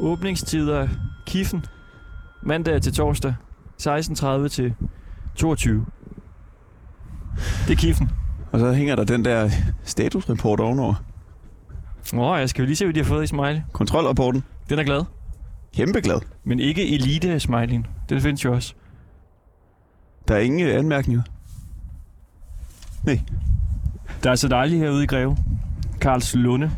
Åbningstider Kiffen. Mandag til torsdag. 16:30 til 22. Det er Kiffen. Og så hænger der den der statusrapport ovenover. Jeg skal jo lige se, hvad de har fået i smiley. Kontrolrapporten. Den er glad. Kæmpe glad. Men ikke elite-smileyen. Den findes jo også. Der er ingen anmærkninger. Nej. Der er så dejligt herude i Greve. Karlslunde.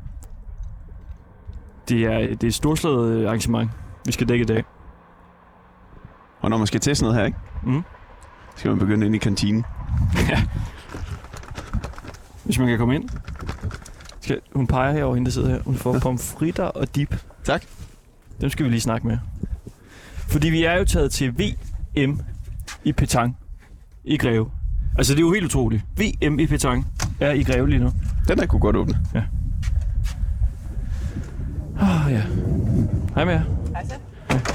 Det er et storslået arrangement, vi skal dække i dag. Og når man skal teste noget her, ikke? Skal man begynde ind i kantinen. Ja. Hvis man kan komme ind. Hun peger herovre, hende der sidder her. Hun får pomfritter og dip. Tak. Dem skal vi lige snakke med. Fordi vi er jo taget til VM i Petang i Greve. Altså det er jo helt utroligt. VM i Petang er i Greve lige nu. Den der kunne godt åbne. Ja. Ja. Hej med jer. Hej så.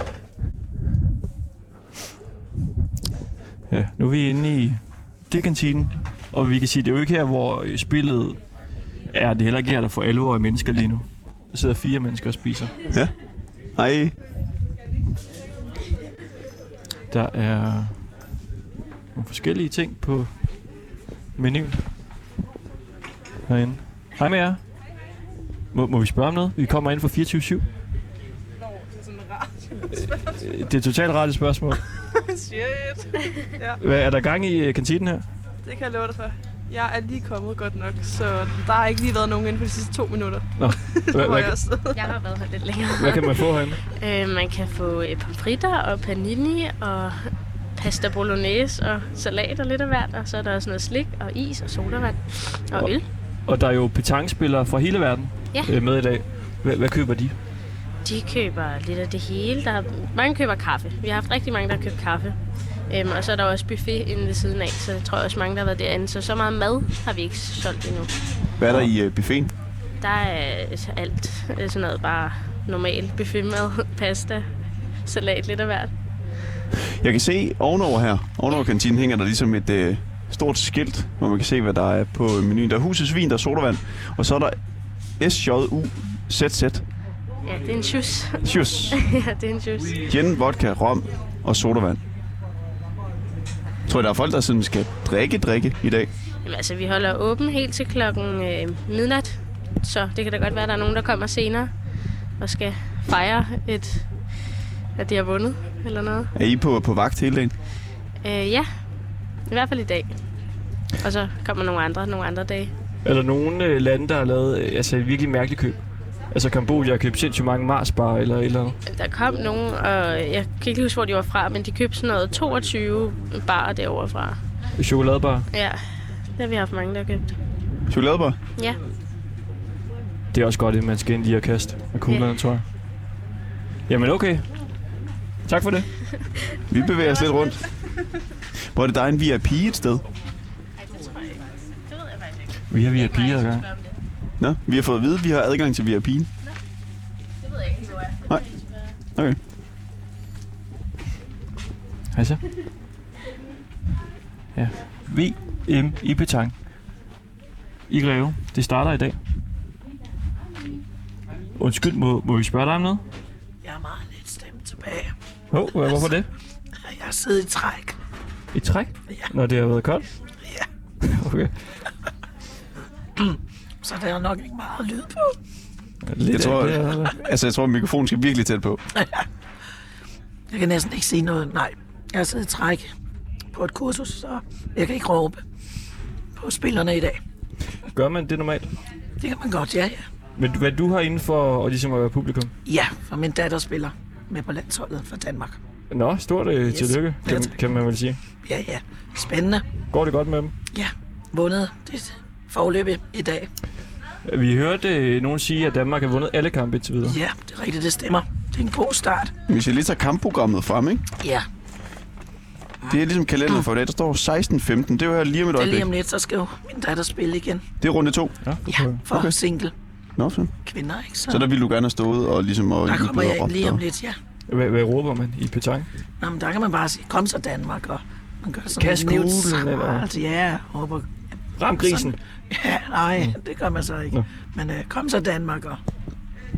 Ja, nu er vi inde i kantinen, og vi kan sige, det er jo ikke her, hvor spillet er. Det heller ikke her, der får 11-årige mennesker lige nu. Der sidder 4 mennesker og spiser. Ja. Hej. Der er nogle forskellige ting på menuen herinde. Hej med jer. Må vi spørge om noget? Vi kommer ind for 24/7. Det er sådan rart. Det er totalt rart et spørgsmål. Shit. Ja, Hvad er der gang i kantinen her? det kan jeg love dig for. Jeg er lige kommet godt nok, så der har ikke lige været nogen inden for de sidste 2 minutter. Nå. Jeg har været her lidt længere. Hvad kan man få herinde? Man kan få pomfritter og panini og pasta bolognese og salat og lidt af hvert. Og så er der også noget slik og is og sodavand og øl. Og der er jo petangspillere fra hele verden med i dag. Hvad køber de? De køber lidt af det hele. Mange køber kaffe. Vi har haft rigtig mange, der har købt kaffe. Og så er der også buffet inde ved siden af, så jeg tror også mange, der har været derinde. Så meget mad har vi ikke solgt endnu. Hvad er der i buffeten? Der er alt. Sådan noget bare normal buffetmad, pasta, salat, lidt af hvert. Jeg kan se ovenover her, ovenover kantinen hænger der ligesom et stort skilt, hvor man kan se, hvad der er på menuen. Der er husets vin, der er sodavand, og så er der SJUZZ. Ja, det er en sjus. Sjus. Ja, det er en sjus. Gin, vodka, rom og sodavand. Tror jeg, der er folk, der sådan skal drikke i dag? Jamen, altså, vi holder åben helt til klokken midnat, så det kan da godt være, at der er nogen, der kommer senere og skal fejre, at de har vundet eller noget. Er I på vagt hele dagen? Ja, i hvert fald i dag. Og så kommer nogle andre dage. Er der nogle lande, der har lavet et virkelig mærkeligt køb? Altså Kambodja har købt sindssygt mange Mars-bar eller et eller andet? Der kom nogen, og jeg kan ikke huske, hvor de var fra, men de købte sådan noget 22 barer derovre fra. Chokoladebar? Ja, det har vi haft mange, der har købt. Chokoladebar? Ja. Det er også godt, at man skal ind lige og kaste med kuglerne, tror jeg. Jamen okay. Tak for det. Vi bevæger os lidt rundt. Hvor er det, der er en VIP et sted? Det tror jeg ikke. Det ved jeg faktisk ikke. Vi har VIP'er adgang. Nå, vi har fået at vide, at vi har adgang til VIP'en. Det ved jeg ikke, hvor er. Nej. Okay. Hej så. Ja. VM i Petang. I Greve. Det starter i dag. Undskyld, må vi spørge dig om noget? Jeg er meget lidt stemt tilbage. Hvorfor det? Jeg har siddet i træk. I træk? Ja. Når det har været koldt? Ja. Okay. Så der er nok ikke meget lyd på. Jeg tror, at mikrofonen skal virkelig tæt på. Jeg kan næsten ikke sige noget. Nej, jeg har siddet i træk på et kursus, så jeg kan ikke råbe på spillerne i dag. Gør man det normalt? Det kan man godt, ja. Men hvad du har inden for at ligesom at være publikum? Ja, for min datter spiller med på landsholdet for Danmark. Nå, stort tillykke, kan man vel sige. Ja. Spændende. Går det godt med dem? Ja, vundet det forløb i dag. Vi hørte nogen sige, at Danmark har vundet alle kampe indtil videre. Ja, det er rigtigt, det stemmer. Det er en god start. Hvis jeg lige tager kampprogrammet frem, ikke? Ja. Det er ligesom kalenderen for i dag. Der står 16-15. Det er jo her lige om et øjeblik. Lige om lidt, så skal jo min datter spille igen. Det er runde 2? Ja, for single. Nå, så. Kvinder, ikke? Så der ville du gerne have stået og ligesom... Der kommer jeg ind lige om lidt, ja. Hvad råber man i petang? Nå, men der kan man bare sige, kom så Danmark, og man gør sådan Kast kuglen, eller? Ja, håber... Ram grisen. Ja, nej, det gør man så ikke. Nå. Men kom så Danmark, og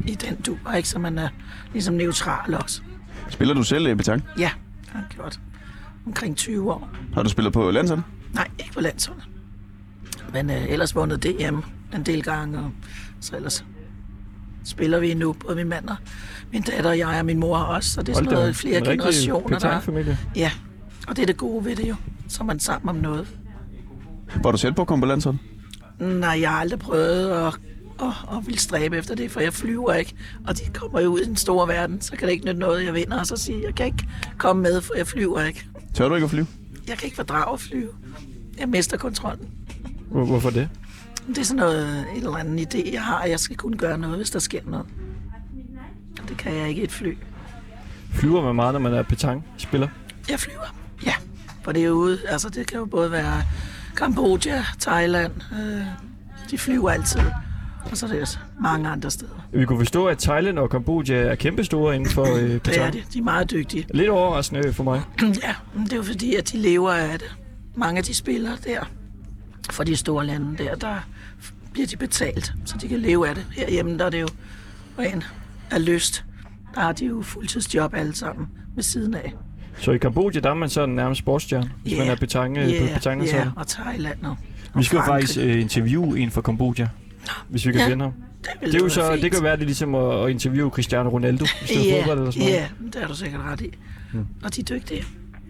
i den dur, ikke? Så man er ligesom neutral også. Spiller du selv petanque? Ja, det har jeg gjort omkring 20 år. Har du spillet på landsholdet? Nej, ikke på landsholdet. Men ellers vundet DM en del gange, og så ellers spiller vi nu, både min mand og min datter og jeg og min mor også, så det er sådan noget flere generationer, der. Ja, og det er det gode ved det jo, så er man sammen om noget. Var du selv på at komme på landsholdet? Nej, jeg har aldrig prøvet at vil stræbe efter det, for jeg flyver ikke, og de kommer jo ud i den store verden, så kan det ikke nytte noget, jeg vinder, og så sige, jeg kan ikke komme med, for jeg flyver ikke. Tør du ikke at flyve? Jeg kan ikke fordrage at flyve. Jeg mister kontrollen. Hvorfor det? Det er sådan noget, en eller anden idé, jeg har, at jeg skal kunne gøre noget, hvis der sker noget. Det kan jeg ikke i et fly. Flyver man meget, når man er petanque-spiller? Jeg flyver, ja. For det er ude, altså det kan jo både være Kambodja, Thailand, de flyver altid. Og så er det også mange andre steder. Vi kunne forstå, at Thailand og Kambodja er kæmpestore inden for petanque. Det er det, de er meget dygtige. Lidt overraskende for mig. Ja, men det er jo fordi, at de lever af det. Mange af de spillere der, for de store lande der bliver de betalt, så de kan leve af det. Herhjemme, der er det jo ren af lyst. Der har de jo fuldtidsjob alle sammen ved siden af. Så i Kambodja, der er man sådan nærmest sportsstjerne, hvis man er petanque på petanque. Ja, og Thailand og vi skal faktisk interviewe en fra Kambodja, hvis vi kan finde ham. Det er jo så, det kan være det ligesom at interviewe Cristiano Ronaldo, hvis det er fodbold eller sådan noget. Ja, det er du sikkert ret i. Og de er dygtige.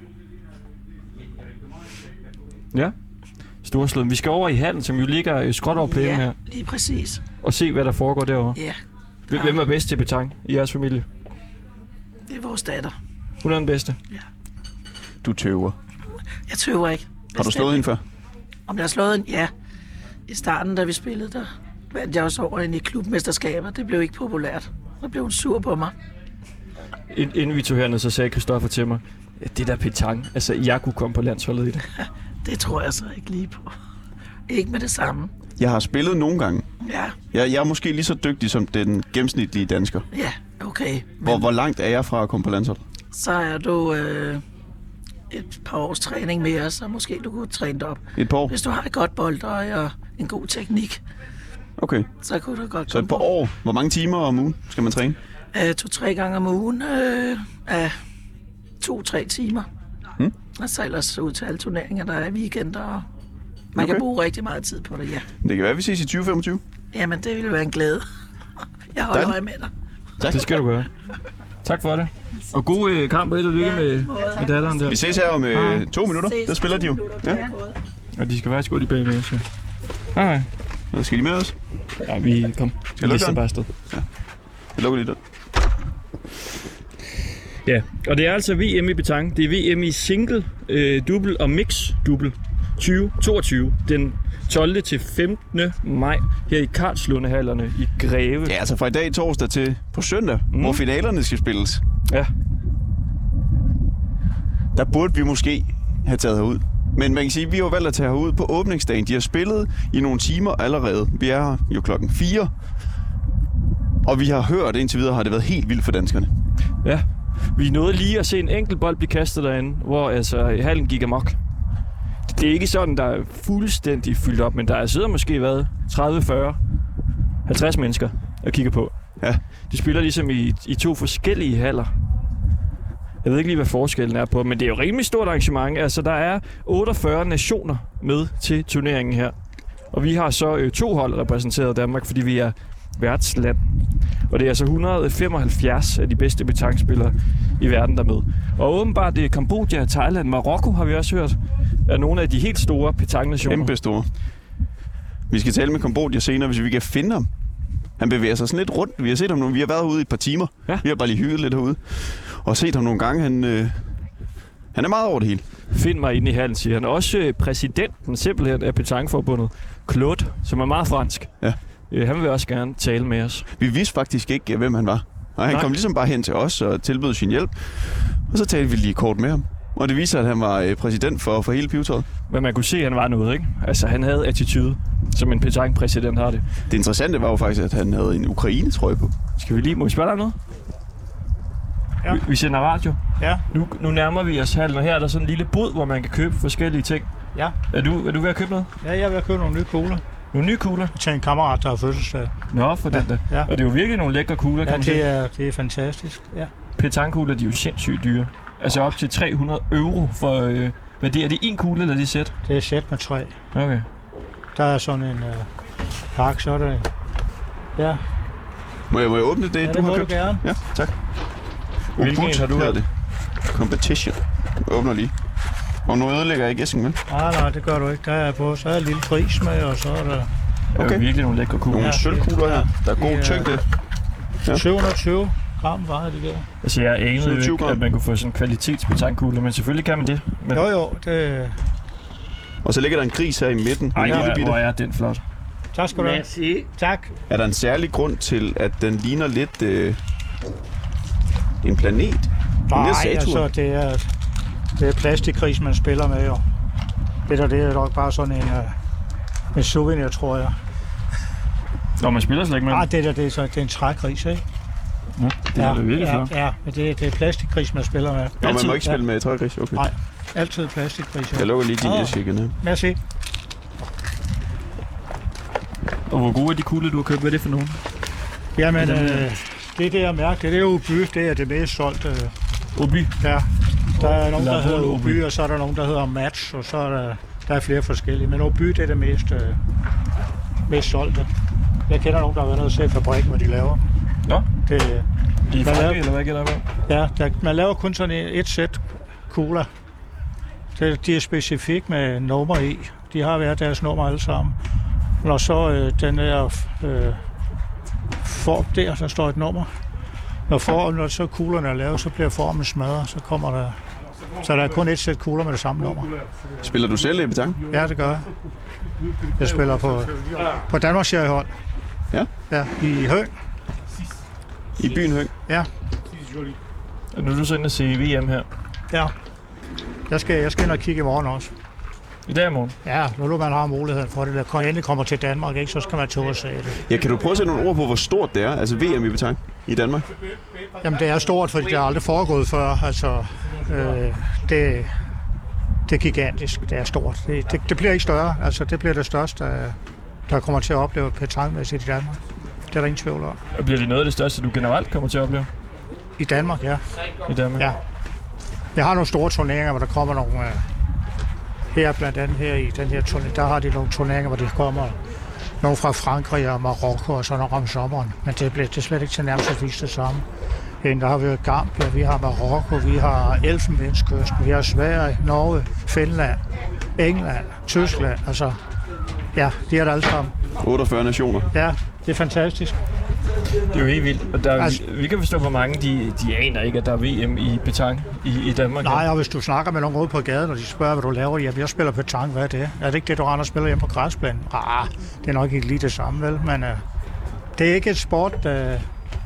Ja, storslået. Vi skal over i hallen, som jo ligger skråt over plænen her. Ja, lige præcis. Og se, hvad der foregår derovre. Ja. Hvem er bedst til petanque i jeres familie? Det er vores datter. Hun er den bedste? Ja. Du tøver. Jeg tøver ikke. Har du slået hende før? Om jeg har slået hende? Ja. I starten, da vi spillede der, vandt jeg også over hende i klubmesterskaber. Det blev ikke populært. Så blev hun sur på mig. Inden vi tog herned, så sagde Christoffer til mig, det der petanque, altså jeg kunne komme på landsholdet i det. Det tror jeg så ikke lige på. Ikke med det samme. Jeg har spillet nogle gange. Ja. Jeg er måske lige så dygtig som den gennemsnitlige dansker. Ja, okay. Hvor langt er jeg fra at komme på landsholdet? Så er du et par års træning mere, så måske du kunne træne op. Et par år? Hvis du har et godt boldøje og en god teknik, okay. Så kunne du godt så et par år. Hvor mange timer om ugen skal man træne? 2-3 gange om ugen af 2-3 timer. Og så ellers ud til alle turneringer, der er i weekender. Og man kan bruge rigtig meget tid på det, ja. Det kan være, vi ses i 2025. Jamen, det ville være en glæde. Jeg holder øje med dig. Tak. Det skal du gøre. Tak for det. Og god kamp og held og lykke med datteren der. Vi ses her om 2 minutter. Der spiller de jo. Ja. Og de skal faktisk gå de bag med os. Hej. Skal de med os? Ja, vi kom. Skal jeg lukke den? Ja. Jeg lukker lige den. Ja, og det er altså VM i petanque. Det er VM i single, double og mix double 2022. Den 12. til 15. maj her i Karlslundehallerne i Greve. Ja, altså fra i dag torsdag til på søndag, hvor finalerne skal spilles. Ja. Der burde vi måske have taget herud. Men man kan sige, at vi har valgt at tage herud på åbningsdagen. De har spillet i nogle timer allerede. Vi er her jo 4:00. Og vi har hørt, indtil videre har det været helt vildt for danskerne. Ja, vi nåede lige at se en enkelt bold blive kastet derinde, hvor altså hallen gik amok. Det er ikke sådan, der er fuldstændig fyldt op, men der sidder måske været 30, 40, 50 mennesker og kigger på. Ja. De spiller ligesom i 2 forskellige haller. Jeg ved ikke lige, hvad forskellen er på, men det er jo et rimelig stort arrangement. Altså, der er 48 nationer med til turneringen her. Og vi har så 2 hold repræsenteret Danmark, fordi vi er værtsland. Og det er altså 175 af de bedste petanquespillere i verden, der er med. Og åbenbart det er Kambodja, Thailand, Marokko, har vi også hørt, er nogle af de helt store petanque-nationer. Kæmpe store. Vi skal tale med Kambodja senere, hvis vi kan finde ham. Han bevæger sig sådan lidt rundt. Vi har set ham nu. Vi har været ude i et par timer. Ja. Vi har bare lige hygget lidt herude. Og set ham nogle gange. Han er meget over det hele. Find mig inde i hallen, siger han. Også præsidenten simpelthen af petanqueforbundet, Claude, som er meget fransk. Ja. Han vil også gerne tale med os. Vi vidste faktisk ikke, hvem han var. Og han kom ligesom bare hen til os og tilbød sin hjælp. Og så talte vi lige kort med ham. Og det viser, at han var præsident for hele pivetøjet. Men man kunne se, at han var noget, ikke? Altså, han havde attitude, som en petanque-præsident har det. Det interessante var jo faktisk, at han havde en Ukraine-trøje på. Må vi spørge dig noget? Ja. Vi sender radio. Ja. Nu nærmer vi os hallen, og her er der sådan en lille bod, hvor man kan købe forskellige ting. Ja. Er du ved at købe noget? Ja, jeg er ved at købe nogle nye kugler. Nogle nye kugler? Til en kammerat, der har fødselsdag. Nå, for den der. Ja. Og det er jo virkelig nogle lækre kugler, kan man sige. Det er fantastisk, ja. Petankugler, de er jo sindssygt dyre. Altså op til 300 euro for... hvad det er? Er det en kugle, eller er det sæt? Det er sæt med 3. Okay. Der er sådan en pakke, så er der... Ja. Må jeg åbne det, Ja, du det har må købt? du gerne. Ja, tak. Hvilken en har du hedder købt? det? Competition. Jeg åbner lige. Og nu ødelægger jeg ikke æsken, vel? Nej, det gør du ikke. Der er på. Så er der en lille pris med, og så er der Det er jo virkelig nogle lækre kugler. Nogle sølvkugler her. Der er god tyngde. Ja. 720 gram vejer det der. Altså, jeg anede jo 27 ikke, gram. at man kunne få sådan en kvalitetsbetankkugle, men selvfølgelig kan man det. Men... Jo, det... Og så ligger der en gris her i midten. Ej, En lille bitte. hvor er den flot. Tak skal du have. Tak. Er der en særlig grund til, at den ligner lidt en planet? Nej, Saturn. altså, det er plastikgris, man spiller med, jo. Det er nok bare sådan en souvenir, tror jeg. Nå, man spiller slet ikke med Nej, den. det er en trægris, ikke? Ja, det er da virkelig flot. Ja, men det er plastikgris, man spiller med. Nå, man må ikke spille med trægris. Okay. Nej, altid plastikgris. Jeg lukker lige din æske igen her. Merci. Og hvor gode er de kugler, du har købt? Hvad er det for nogen? Jamen, det der mærke, det er Oby, det er det mest solgte. Oby? Ja, der er nogen, der hedder Oby. Oby, og så er der nogen, der hedder Match, og så er der er flere forskellige. Men Oby, det er det mest solgte. Jeg kender nogen, der har været nede og se fabrikken, hvad de laver. Nå? Det, I Frankrig, eller hvad gælder det? ja, man laver kun sådan et sæt kugler. De er specifikt med nummer i. De har været deres nummer alle sammen. Når så den der form der står et nummer. Når så kuglerne er lavet, så bliver formen smadret, så kommer der... Så der er kun et sæt kugler med det samme nummer. Spiller du selv i petanque? Ja, det gør jeg. Jeg spiller på Danmarks hold. Ja? Ja, i Høng. I byen Høng? Ja. Og nu er du så inde og se VM her. Ja. Jeg skal ind og kigge i morgen også. I dag i morgen? Ja, nu man har muligheden for det, der endelig kommer til Danmark, ikke? Så skal man til USA det. Ja, kan du prøve at sætte nogle ord på, hvor stort det er? Altså VM i petanque i Danmark? Jamen, det er stort, fordi det er aldrig foregået før. Altså, det er gigantisk. Det er stort. Det bliver ikke større. Altså, det bliver det største, der kommer til at opleve petanquemæssigt i Danmark. Det er der ingen tvivl om. Og bliver det noget af det største, du generelt kommer til at opleve? I Danmark, ja. I Danmark? Ja. Jeg har nogle store turneringer, hvor der kommer nogle... her blandt andet her i den her turnering, der har de nogle turneringer, hvor de kommer nogle fra Frankrig og Marokko og sådan noget om sommeren. Men det er slet ikke til nærmest at vise det samme. Der har vi jo Gambia, vi har Marokko, vi har Elfenbenskysten, vi har Sverige, Norge, Finland, England, Tyskland. Altså, ja, de er der alle sammen. 48 nationer. Ja, det er fantastisk. Det er jo helt vildt. Og der, Altså, vi kan forstå, hvor mange de aner ikke, at der er VM i petanque i Danmark. Nej, og hvis du snakker med nogen ude på gaden, og de spørger, hvad du laver, jamen jeg spiller petanque, hvad er det? Er det ikke det, du render og spiller hjemme på græsplænen? Det er nok ikke lige det samme, vel? Men det er ikke et sport, det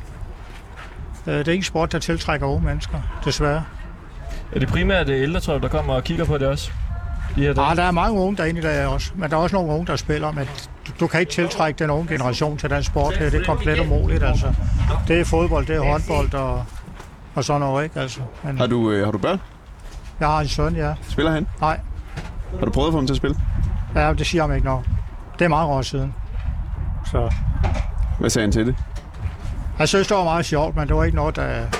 er ikke en sport, der tiltrækker unge mennesker, desværre. Er det primært ældre, tror der kommer og kigger på det også? Der er mange unge derinde i dag også, men der er også nogle unge, der spiller, men du kan ikke tiltrække den unge generation til den sport her. Det er komplet umuligt, altså. Det er fodbold, det er håndbold og sådan noget, ikke? Altså. Men, Har du børn? jeg har en søn, ja. Spiller han? Nej. Har du prøvet at få ham til at spille? Ja, det siger ham ikke noget. Det er mange år siden. Så. Hvad sagde han til det? Jeg synes, det var meget sjovt, men det var ikke noget,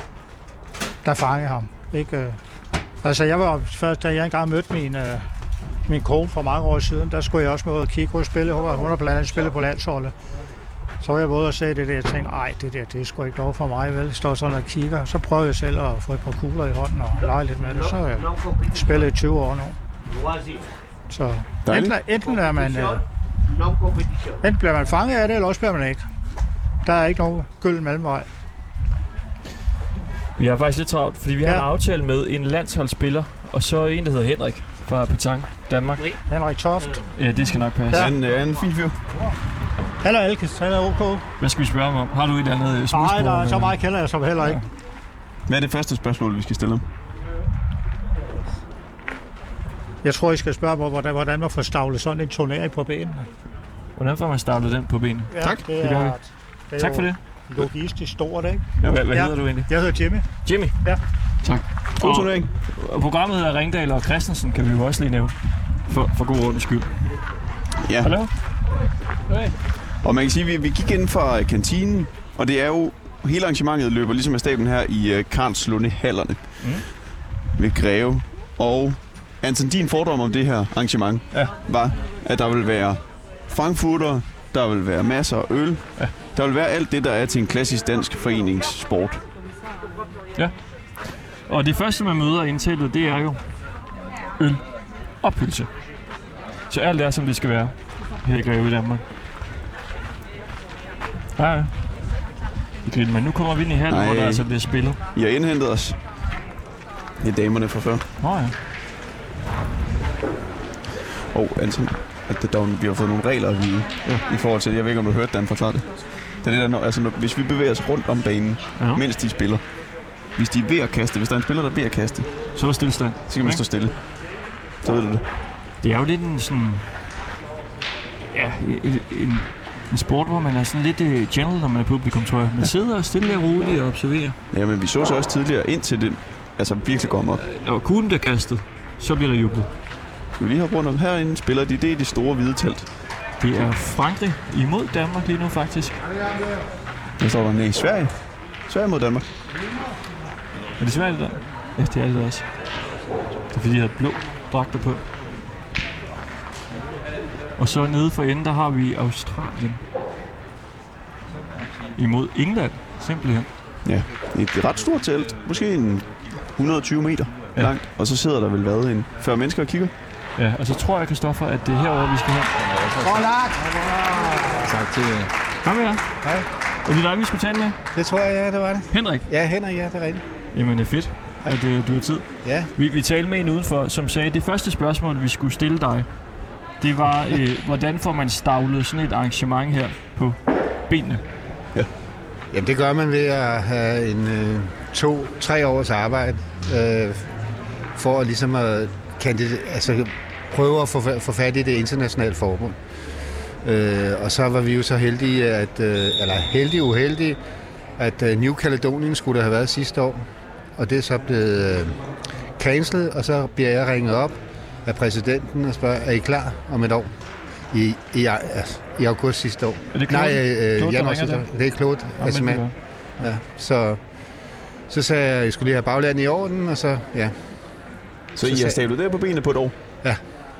der fangede ham. Ikke? Altså, jeg var først, da jeg engang mødte min kone for mange år siden, der skulle jeg også med ud og kigge på spille. Hun har blandt andet spillet på landsholdet. Så var jeg både og sagde det der, jeg tænkte, det er sgu ikke lov for mig, vel? Jeg står sådan og kigger. Så prøvede jeg selv at få et par kugler i hånden og lege lidt med det. Så har jeg spillet i 20 år nu. Så enten bliver man fanget af det, eller også bliver man ikke. Der er ikke nogen gylden mellemvej. Vi har faktisk lidt travlt, fordi vi har en aftale med en landsholdsspiller, og så en, der hedder Henrik fra Petanque Danmark. Henrik Toft. Ja, det skal nok passe. Ja. Han er en fin fyr. Han er Alkes, han er ok. Hvad skal vi spørge ham om? Har du et andet smudspor? Nej, der er så meget kender jeg som heller ikke. Hvad er det første spørgsmål, vi skal stille ham? Jeg tror, I skal spørge mig, hvordan man får stavlet sådan en turnering på benene. Hvordan får man stavlet den på benene? Ja, Tak. det er Tak for det. Logistisk stort, ikke? Ja, hvad hedder du egentlig? Jeg hedder Jimmy. Jimmy? Ja. Tak. God turnering. Og programmet hedder Ringdal og Christensen, kan vi jo også lige nævne. For god ordens skyld. Ja. Hallo? Okay. Og man kan sige, at vi gik ind fra kantinen, og det er jo, hele arrangementet løber ligesom af stablen her i Karlslunde-hallerne ved Greve. Og Anton, din fordom om det her arrangement var, at der vil være frankfurter, der vil være masser af øl, der vil være alt det, der er til en klassisk dansk foreningssport. Ja. Og det første, man møder indtalet, det er jo øl og pølse. Så alt er, som det skal være her i Greve i Danmark. Ja. Men nu kommer vi ind i hallen, hvor der altså bliver spillet. I har indhentet os. Det er damerne fra før. Ja. Anton, vi har fået nogle regler i forhold til det. Jeg ved ikke, om du hørte Dan forklare det. Det er det der, hvis vi bevæger os rundt om banen, mens de spiller. Hvis de er ved at kaste, hvis der er en spiller, der er ved at kaste, så er der stillestand. Så kan man stå stille. Så ved du det. Det er jo lidt en sådan... Ja, en sport, hvor man er sådan lidt gentle, når man er publikum, tror jeg. Man sidder stille og roligt og observerer. Ja, men vi så også tidligere indtil det virkelig går op. Og kuglen bliver kastet, så bliver der jublet. Skal vi lige have rundt om herinde, spiller de, det er de store hvide telt. Det er Frankrig imod Danmark lige nu, faktisk. Der står der Sverige. Sverige mod Danmark. Er det Sverige, der? Ja, det er det også. Det er fordi, de har blå dragter på. Og så nede for enden, der har vi Australien. Imod England, simpelthen. Ja, et ret stort telt. Måske en 120 meter langt. Og så sidder der vel en 40 mennesker og kigger. Ja, og så tror jeg, Kristoffer, at det er herovre, vi skal hen. Tak til... Hej med jer. Hej. Er det dig, vi skulle tale med? Det tror jeg, ja, det var det. Henrik? Ja, Henrik, ja, det er rigtigt. Jamen, det er fedt, at du har tid. Ja. Vi talte med en udenfor, som sagde, at det første spørgsmål, vi skulle stille dig, det var, hvordan får man stavlet sådan et arrangement her på benene? Ja. Jamen, det gør man ved at have en 2-3 års arbejde for at ligesom at prøve at få fat i det internationale forbund. Og så var vi jo så heldige, uheldige, at New Caledonien skulle der have været sidste år. Og det er så blevet cancelled, og så bliver jeg ringet op af præsidenten og spørger, er I klar om et år? I august sidste år. Er det Claude? Januar sidste år. Det er Claude. Ja, så sagde jeg, at jeg skulle lige have baglandet i orden, og så, ja. Så I har stablet der på benene på et år? Ja.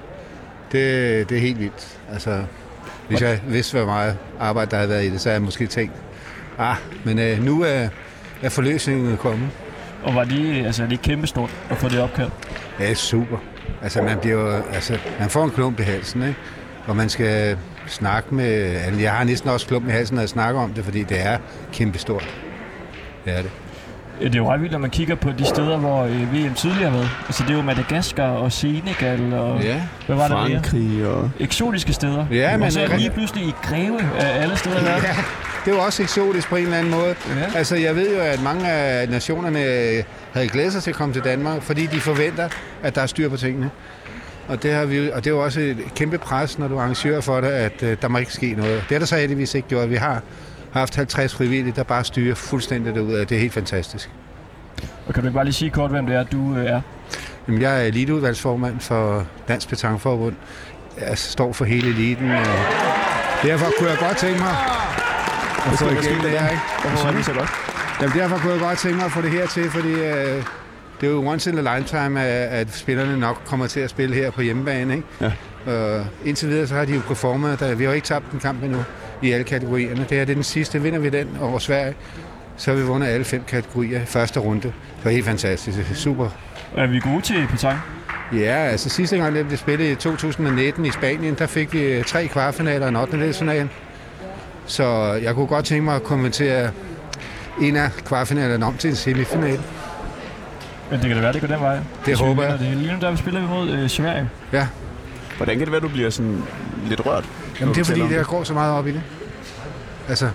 Det er helt vildt. Altså, hvis jeg vidste, hvor meget arbejde der havde været i det, så havde jeg måske tænkt, men nu er forløsningen kommet. Og var det kæmpestort at få det opkaldt? Ja, super. Altså, man får en klump i halsen, ikke? Og man skal snakke med... Jeg har næsten også klump i halsen, når jeg snakker om det, fordi det er kæmpestort. Det er det. Det er jo ret vildt, når man kigger på de steder, hvor VM tidligere har været. Altså, det er jo Madagaskar og Senegal og... Ja, hvad var Frankrig og... Eksotiske steder. Ja, men... Og så er lige pludselig i Greve af alle steder i verden. Ja, det er jo også eksotisk på en eller anden måde. Ja. Altså, jeg ved jo, at mange af nationerne havde glædet sig til at komme til Danmark, fordi de forventer, at der er styr på tingene. Og det er jo også et kæmpe pres, når du arrangerer for det, at der må ikke ske noget. Det er der så heldigvis ikke gjort. Vi har haft 50 frivillige, der bare styrer fuldstændig derudad. Det er helt fantastisk. Og kan du bare lige sige kort, hvem det er, du er? Jamen, jeg er eliteudvalgsformand for Dansk Petanqueforbund. Jeg står for hele eliten, og derfor kunne jeg godt tænke mig at få igennem det her, ikke? Hvorfor var det så godt? Jamen, derfor kunne jeg godt tænke mig at få det her til, fordi det er jo once in a lifetime, at spillerne nok kommer til at spille her på hjemmebane, ikke? Ja. Indtil videre, så har de jo performet. Vi har jo ikke tabt en kamp endnu i alle kategorierne. Det er den sidste. Vinder vi den over Sverige, så har vi vundet alle 5 kategorier i første runde. Det var helt fantastisk. Super. Er vi gode til petanque? Ja, altså sidste gang, det blev spillet i 2019 i Spanien, der fik vi 3 kvartfinaler og en 8. Så jeg kunne godt tænke mig at kommentere en af kvartfinalerne om til en semifinal. Men det kan det være, det går den vej. Det håber jeg. Lige nu der spiller vi mod Sverige. Ja. Hvordan kan det være, du bliver sådan lidt rørt? Jamen det er fordi, der går så meget op i det. Altså,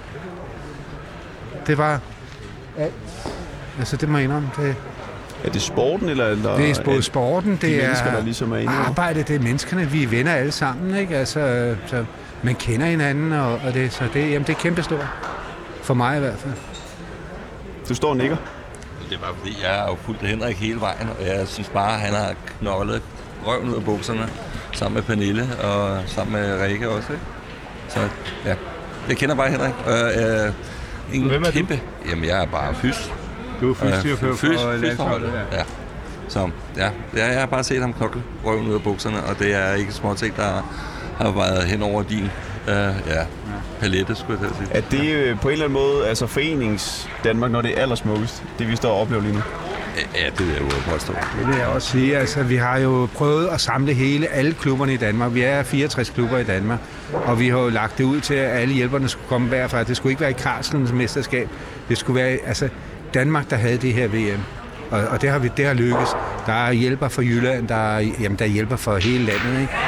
det var alt. Altså, det må jeg indrømme. Er det sporten, eller det er både sporten, det er mennesker, der ligesom er inde over? Arbejdet, det er menneskerne. Vi er venner alle sammen, ikke? Altså, så man kender hinanden, og det, så det, jamen, det er kæmpestort. For mig i hvert fald. Du står og nikker. Det er bare fordi, jeg har jo fulgt Henrik hele vejen, og jeg synes bare, at han har knoklet røven ud af bukserne, sammen med Pernille og sammen med Rikke også, ikke? Så ja, jeg kender bare Henrik. Hvem er kæmpe. Jamen, jeg er bare fys. Du er fysioterapeut for landsholdet. Ja. Så ja, jeg har bare set ham knokle røven ud af bukserne, og det er ikke små ting, der har været hen over din palette, skulle jeg sige. Er det på en eller anden måde altså forenings Danmark, når det er allersmukkest, det vi står og oplever lige nu? Ja, det vil jeg jo påstå. Det vil jeg også sige. Altså, vi har jo prøvet at samle alle klubberne i Danmark. Vi er 64 klubber i Danmark, og vi har jo lagt det ud til, at alle hjælperne skulle komme derfra. Det skulle ikke være i Karlslunds mesterskab. Det skulle være Danmark, der havde det her VM. Og det har lykkes. Der er hjælper for Jylland, der er hjælper for hele landet, ikke?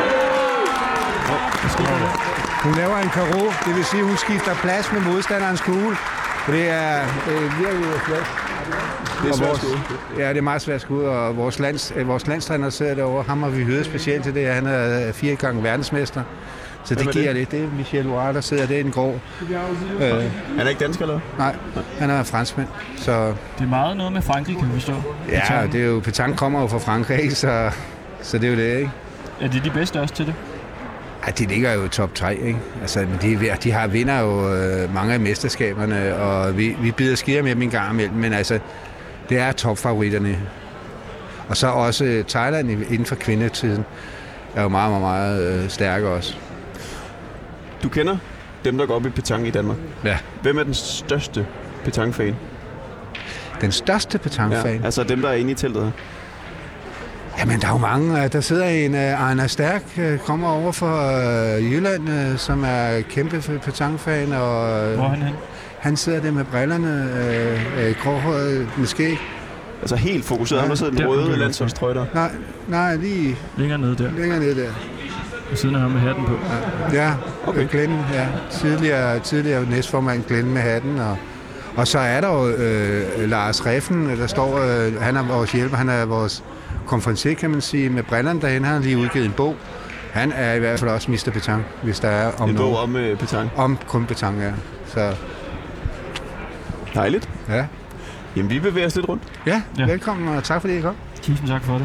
Hun laver en karo, det vil sige, at hun skifter plads med modstanderens kugle. Det er virkelig flot. Det er svært skud. Ja, det er meget svært skud, og vores landstræner sidder derovre. Ham har vi hyret specielt til det. Han er 4 gange verdensmester. Så det giver lidt. Det er Michel Loire, der sidder der i den grå. Han er ikke dansker, eller? Nej, han er franskmand. Så Det er meget noget med Frankrig, kan vi forstå. ja, det er jo, petanque kommer jo fra Frankrig, så det er jo det, ikke? Er de bedste også til det? Ja, de ligger jo i top 3, ikke? Altså, de vinder jo mange af mesterskaberne, og vi bider skier med dem en gang imellem, men altså, det er topfavoritterne. Og så også Thailand inden for kvindetiden er jo meget, meget, meget stærke også. Du kender dem, der går op i petanque i Danmark. Ja. Hvem er den største petanque-fan? Den største petanque-fan? Ja, altså dem, der er inde i teltet her. Jamen, der er jo mange. Der sidder en Ejner Stærk, kommer over fra Jylland, som er kæmpe petanque-fan. Og Hvor er han hen? han sidder der med brillerne, gråhåret med skæg. Altså helt fokuseret. Han sidder den røde landsholdstrøje der. Nej, lige Længere nede der. længere ned der. Ved siden af ham med hatten på. Ja, Okay. Glenn, ja. Tidligere næstformand Glenn med hatten. Og så er der jo Lars Reffen, der står, han er vores hjælper, han er vores konferencier, kan man sige, med brillerne derhen. Han har lige udgivet en bog. Han er i hvert fald også Mr. Petanque, hvis der er om En noget. bog om petanque. Om kun petanque, ja. Så Dejligt. ja. Jamen, vi bevæger os lidt rundt. Ja, Ja. velkommen, og tak fordi I kom. Tusind tak for det.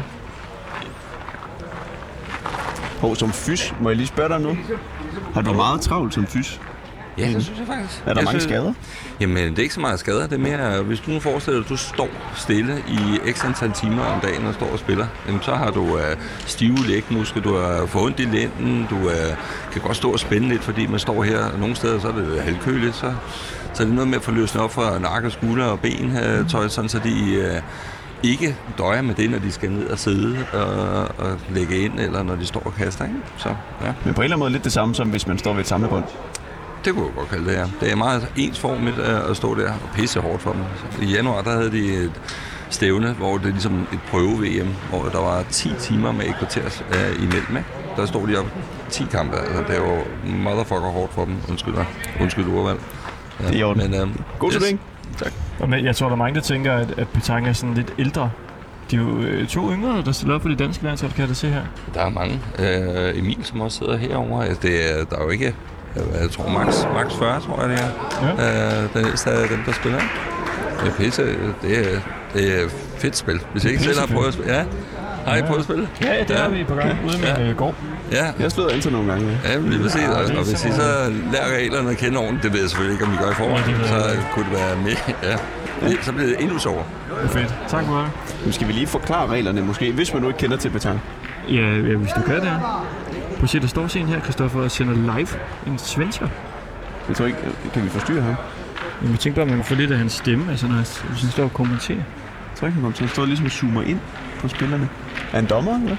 Som fys, må jeg lige spørge dig om noget? Har du meget travlt som fys? Ja, det synes jeg faktisk. Er der mange skader? Jamen, det er ikke så meget skader. Det er mere, hvis du nu forestiller dig, at du står stille i x antal timer om dagen og står og spiller, jamen, så har du stive lægmuskler, du har fået ondt i lænden, du kan godt stå og spænde lidt, fordi man står her, og nogle steder så er det halvkøligt, så er det noget med at få løsnet op fra nakke, skulder og ben, sådan så de ikke døjer med det, når de skal ned og sidde og lægge ind, eller når de står og kaster, ikke? Så, ja. Men på en eller anden måde lidt det samme, som hvis man står ved et samlebånd. Det kunne jeg godt kalde det, ja. Det er meget ensformigt at stå der og pisse hårdt for dem. Så i januar, der havde de et stævne, hvor det er ligesom et prøve-VM, hvor der var 10 timer med et kvarters imellem. Ikke? Der stod de op 10 kampe. Altså, det var motherfucker hårdt for dem. Undskyld ordvalg. Ja, Det er i orden. Men, God til det. Tak. Men jeg tror, der er mange, der tænker, at petanque er sådan lidt ældre. De er jo 2 yngre, der stiller op for de danske landshold, kan jeg da se her. Der er mange. Emil, som også sidder herovre. Altså, der er jo ikke... Jeg tror max 40, tror jeg det er. Ja. Den ældste af dem, der spiller. Ja, pisse, det er fedt spil. Hvis jeg ikke selv har prøvet at spille. Ja, har I prøvet at spille? Ja, det har vi på gang ude med gård. Ja. Jeg har slået ind til nogle gange. Ja, lige præcis. Og hvis I så lærer reglerne at kende ordentligt, det ved jeg selvfølgelig ikke, om I gør i forvejen, så kunne det være med. Ja. Så bliver det endnu sjovere. Det er fedt. Tak for det. Nu skal vi lige forklare reglerne måske, hvis man nu ikke kender til petanque. Ja, hvis du kan det her. Prøv at se, der står sådan her, Christoffer, og sender live en svensker. Jeg tror ikke, kan vi forstyrre ham? Men jeg tænker bare, at man kan få lidt af hans stemme, altså når han står og kommenterer. Jeg tror ikke, han kommer til at stå ligesom og zoomer ind på spillerne. Er han dommer, eller?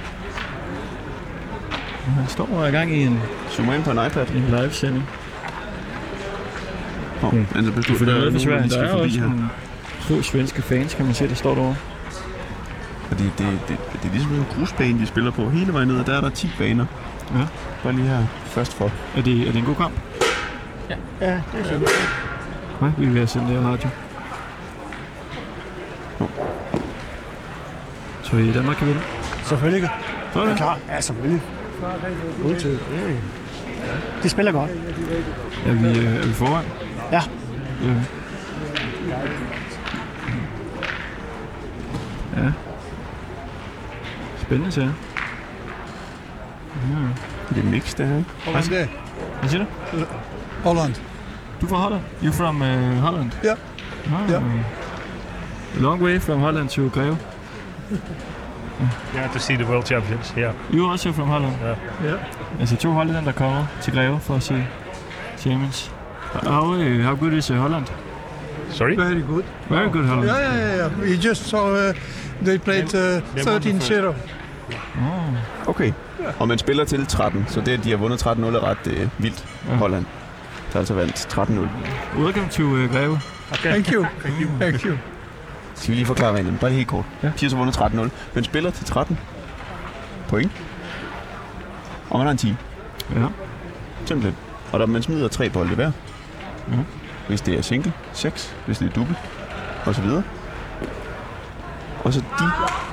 Han står og er i gang i en Zoomer ind på en iPad. live-sending. Altså, Du får noget for svært. Der er også nogle få svenske fans, kan man se, der står derovre. Fordi det er ligesom en grusbane, de spiller på hele vejen ned, og der er der 10 baner. Ja. Bare lige her først for. Er det en god kamp? Ja, det er fint. Nej, vi vil have sendt det her radio. Så i Danmark kan vinde? Selvfølgelig. Så er Det er det. klart. Ja, selvfølgelig. Udtid. De spiller godt. Er vi foran? Ja. Ja. Spændende, siger jeg. Det er mix, det her, ikke? Hvordan det? Hvad siger du? Holland. Du er fra Holland? You're from Holland? Yeah. Yeah. Long way from Holland to Greve. Yeah, to see the World Champions, yeah. You also from Holland? Yeah. Altså 2 hollænder, der kommer til Greve for at se Champions. How good is Holland? Sorry? Very good. Very good Holland. Yeah. We just saw they played 13-0. Okay. Og man spiller til 13, så det, at de har vundet 13-0 er ret vildt. Holland. Der altså vandt 13-0. Welcome to Greve. Okay. Thank you. Skal vi lige forklare hvad bare helt kort. De har så vundet 13-0. Man spiller til 13 point. Og man har en 10. Ja. Simpelthen. Og der man smider 3 bolde hver. Ja. Hvis det er single, 6. Hvis det er double. Og så videre. Og så de...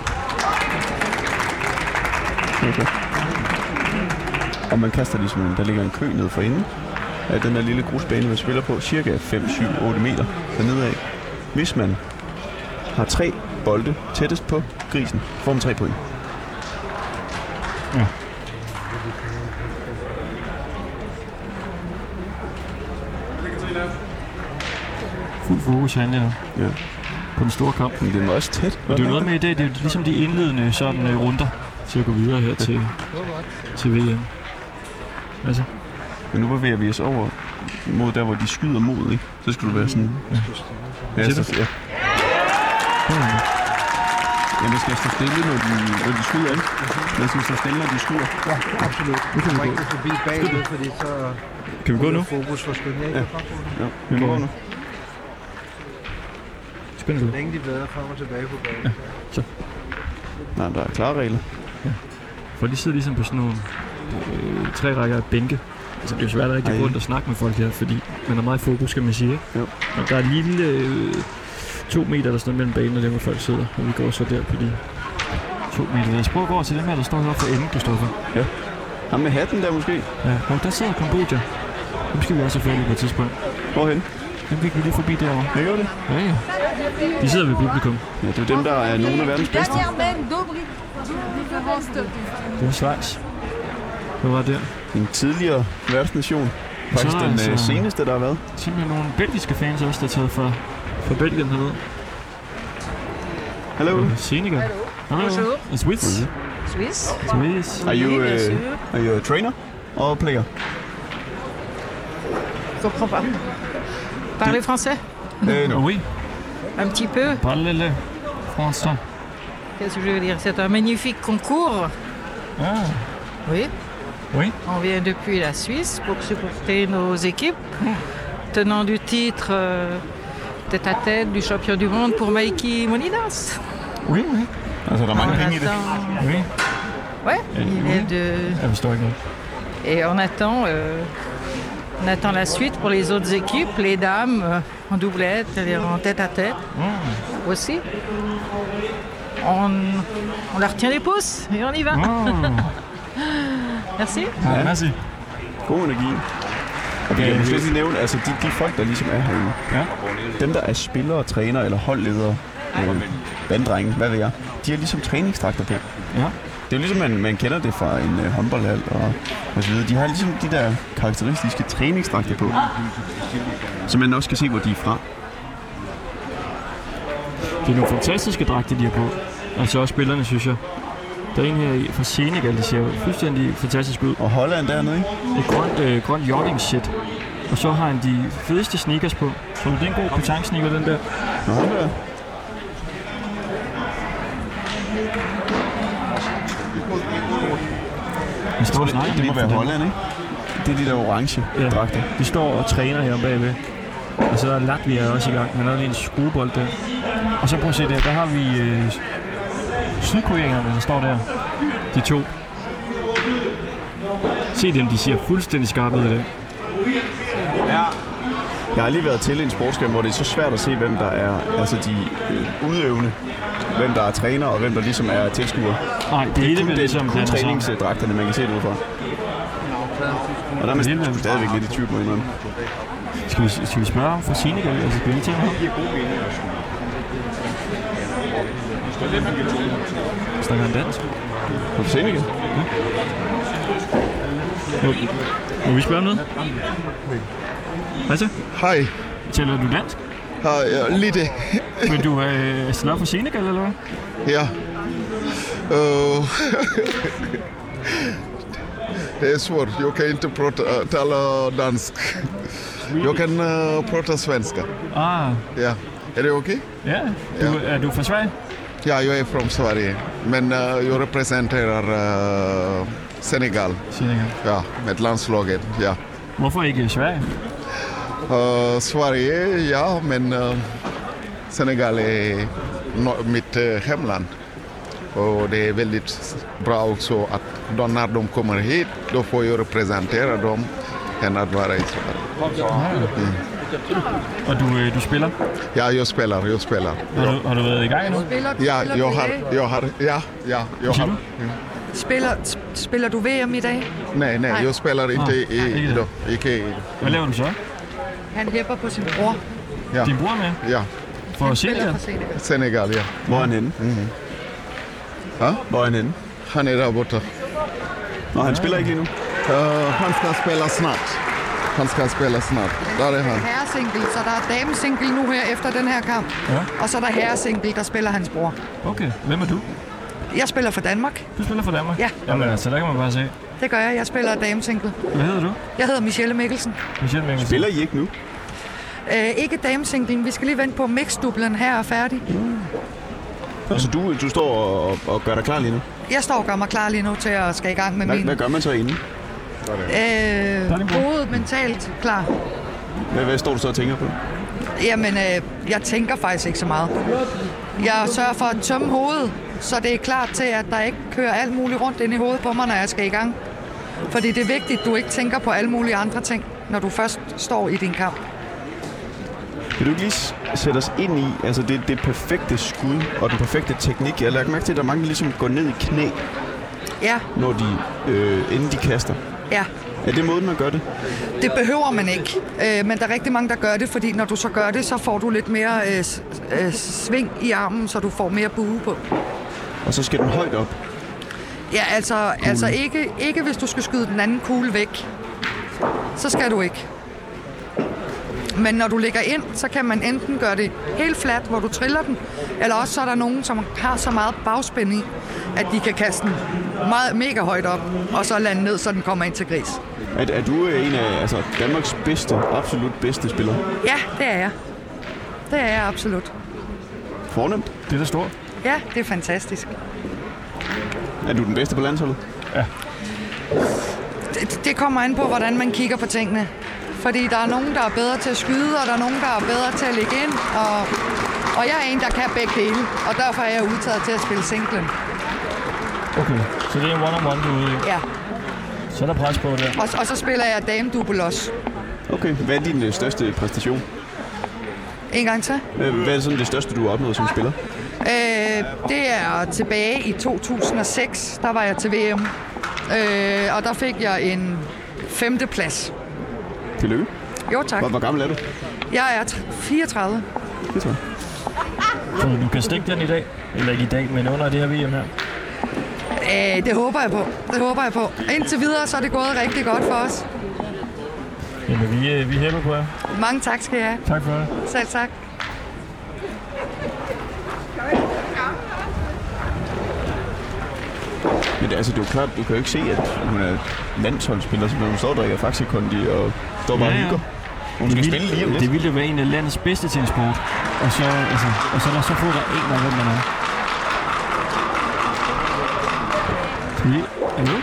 Okay. Og man kaster ligesom, der ligger en kø nede for enden af den der lille grusbane, man spiller på, cirka 5, 7, 8 meter dernede af. Hvis man har 3 bolde tættest på grisen, får man 3 point. Ja. Fuld fokus handler nu. Ja. På den store kamp. Men det er også tæt. Og det er jo noget med i dag, det er ligesom de indledende sådan runder til at gå videre her til VM. Altså. Men nu bevæger vi os over mod der, hvor de skyder mod, ikke? Så skal du være sådan... Ja, så, ja. Ja, man skal stå stille, når de skyder, ikke? Man skal stå stille, når de skyder. Ja, absolut. Nu kan vi gå. Forbi bagved, fordi så... Kan vi gå nu? Fokus for skylden, ja. Ja, vi må gå nu. Spændende. Længe de bedre frem og tilbage på banen. Ja, så. Nej, der er klare regler. Ja. For de sidder ligesom på sådan nogle 3 rækker af bænke. Altså, det er jo svært at rigtig rundt og snakke med folk her, fordi man har meget fokus, skal man sige, ikke? Jo. Og der er en lille 2 meter, der står mellem banen og dem, hvor folk sidder. Og vi går så der på de 2 meter. Lad os prøve at gå over til dem her, der står her for enden, Kristoffer. Ja. Ham med hatten der måske? Ja, og der sidder Kambodja. Dem skal vi også have færdige på et tidspunkt. Hvorhen? Dem gik vi lige forbi derovre. Ja, gør det? Ja. De sidder ved publikum. Ja, det er dem, der er nogle af verdens bedste. Det er Schweiz. Hvad var det? En tidligere verdensnation. Faktisk den seneste, der har været. Simpelthen nogle belgiske fans også, der er taget fra Belgien hernede. Hello. Senegal. Hello. Bonjour. Swiss. Swiss. Are you a trainer or a player? Je comprends pas. Parlez français? Non. Oui. Un petit peu. Parlez-le français. Qu'est-ce que je veux dire? C'est un magnifique concours. Ah. Oui. Oui. On vient depuis la Suisse pour supporter nos équipes. Tenant du titre tête-à-tête du champion du monde pour Maïki Moninas. Oui. Altså, der er mange penge i det. Oui. Ouais, il est de... Jeg forstår ikke noget. Et on attend la suite pour les autres équipes, les dames en doublette, en tête-à-tête aussi. On leur tient les pouces et on y va. Merci. Ja, merci. God energi. Og jeg vil lige nævne, altså de folk, der ligesom er herinde. Ja. Dem, der er spillere, træner eller holdledere, vanddrenge, hvad ved jeg, de har ligesom træningstrakter på. Ja. Det er jo ligesom, man kender det fra en håndboldhal og så videre. De har ligesom de der karakteristiske træningstrakter på, så man også kan se, hvor de er fra. Det er nogle fantastiske dragter, de har på. Altså også spillerne, synes jeg. Der er en her fra Senegal, der ser jo fuldstændig fantastisk ud. Og Holland dernede, ikke? Et grønt jogging-shit. Og så har han de fedeste sneakers på. Så det er en god petang-sneaker, den der. Nå, der. Det må være Holland, ikke? Det er de der orange dragter. De står og træner her bagved. Og så er Latvia også i gang. Han har lige en skruebold der. Og så prøv at se der har vi sydkoreanerne, der står der. De 2. Se dem, de ser fuldstændig skarpe ud af det. Ja. Jeg har lige været til en sportskamp, hvor det er så svært at se, hvem der er altså de udøvende. Hvem der er træner, og hvem der ligesom er tilskuer. Nej, det er kun, kun træningsdragterne, man kan se det ud fra. Og der er man stadigvæk lidt i tvivl på hinanden. Skal vi spørge om fra Senegal? Altså, skal vi til ham? Snakker han dansk? På Senegal? Må vi spørge om noget? Hvad så? Hej. Taler du dansk? Ja, lidt. Men du er stiller for Senegal, eller hvad? Ja. Det er svært. Jeg kan ikke tale dansk. Jeg kan prata svenska. Ja. Er det okay? Ja. Er du fra Sverige? Ja, jeg er fra Sverige. Men jeg repræsenterer Senegal. Ja, med landslaget, ja. Hvorfor ikke Sverige? Sverige, ja, men Senegal er mit hjemland. Og det er veldigt bra også, at når de kommer hit, då får jeg repræsentere dem, end at være i Sverige. Og du spiller? Ja, jeg spiller. Har du været i gang endnu? Ja, jeg har. Spiller du VM i dag? Nej, jeg spiller ikke. Hvad laver du så? Han hæpper på sin bror. Ja. Din bror med? Ja. For Senegal? Senegal, ja. Hvor er han henne? Hvor er han henne? Han er der borte. Nå, han spiller ikke lige nu? Han skal spille snart. Der er han. Herresingle, så der er damesingle nu her efter den her kamp. Ja. Og så er der herresingle, der spiller hans bror. Okay. Hvem er du? Jeg spiller for Danmark. Du spiller for Danmark? Ja. Jamen altså, der kan man bare se. Det gør jeg. Jeg spiller damesingle. Hvad hedder du? Jeg hedder Michelle Mikkelsen. Spiller I ikke nu? Ikke damesinglen. Vi skal lige vente på mixdublen. Her er færdig. Så du står og gør dig klar lige nu? Jeg står og gør mig klar lige nu til at skal i gang med min. Hvad gør man så inden? Hovedet mentalt klar. Hvad står du så og tænker på? Jamen, jeg tænker faktisk ikke så meget. Jeg sørger for at tømme hovedet, så det er klart til, at der ikke kører alt muligt rundt ind i hovedet på mig, når jeg skal i gang. Fordi det er vigtigt, at du ikke tænker på alle mulige andre ting, når du først står i din kamp. Vil du ikke lige sætte os ind i altså det perfekte skud og den perfekte teknik? Jeg har lagt mærke til, at der er mange, der ligesom går ned i knæ, når inden de kaster. Ja. Er det måden, man gør det? Det behøver man ikke, men der er rigtig mange, der gør det, fordi når du så gør det, så får du lidt mere sving i armen, så du får mere bue på. Og så skal den højt op? Ja, altså ikke hvis du skal skyde den anden kugle væk. Så skal du ikke. Men når du ligger ind, så kan man enten gøre det helt fladt, hvor du triller den, eller også så er der nogen, som har så meget bagspænd i, at de kan kaste den mega højt op, og så lande ned, så den kommer ind til gris. Er du en af Danmarks absolut bedste spillere? Ja, det er jeg. Det er jeg absolut. Fornemt. Det er da stort. Ja, det er fantastisk. Er du den bedste på landsholdet? Ja. Det kommer an på, hvordan man kigger på tingene. Fordi der er nogen, der er bedre til at skyde, og der er nogen, der er bedre til at ligge ind. Og jeg er en, der kan begge dele, og derfor er jeg udtaget til at spille singlen. Okay, så det er one-on-one, du er ude i? Ja. Så er der pres på det. Og så spiller jeg dame-double også. Okay, hvad er din største præstation? En gang til. Hvad er sådan det største, du har opnået som spiller? Det er tilbage i 2006, der var jeg til VM. Og der fik jeg en 5. plads. Tillykke. Jo, tak. Hvor gammel er du? Jeg er 34. 34. Så du kan stikke den i dag? Eller ikke i dag, men under det her VM her? Det håber jeg på. Indtil videre, så er det gået rigtig godt for os. Jamen, vi hæpper på jer. Mange tak skal jeg have. Tak for det. Selv tak. Men det er jo klart, du kan jo ikke se, at hun er landsholdsspiller, så hun står og drikker Faxe Kondi og står bare og hygger. Hun skal spille lige om lidt. Det ville jo være en af landets bedste til en sport. Og så er der så få, der aner, hvem man er. Hello?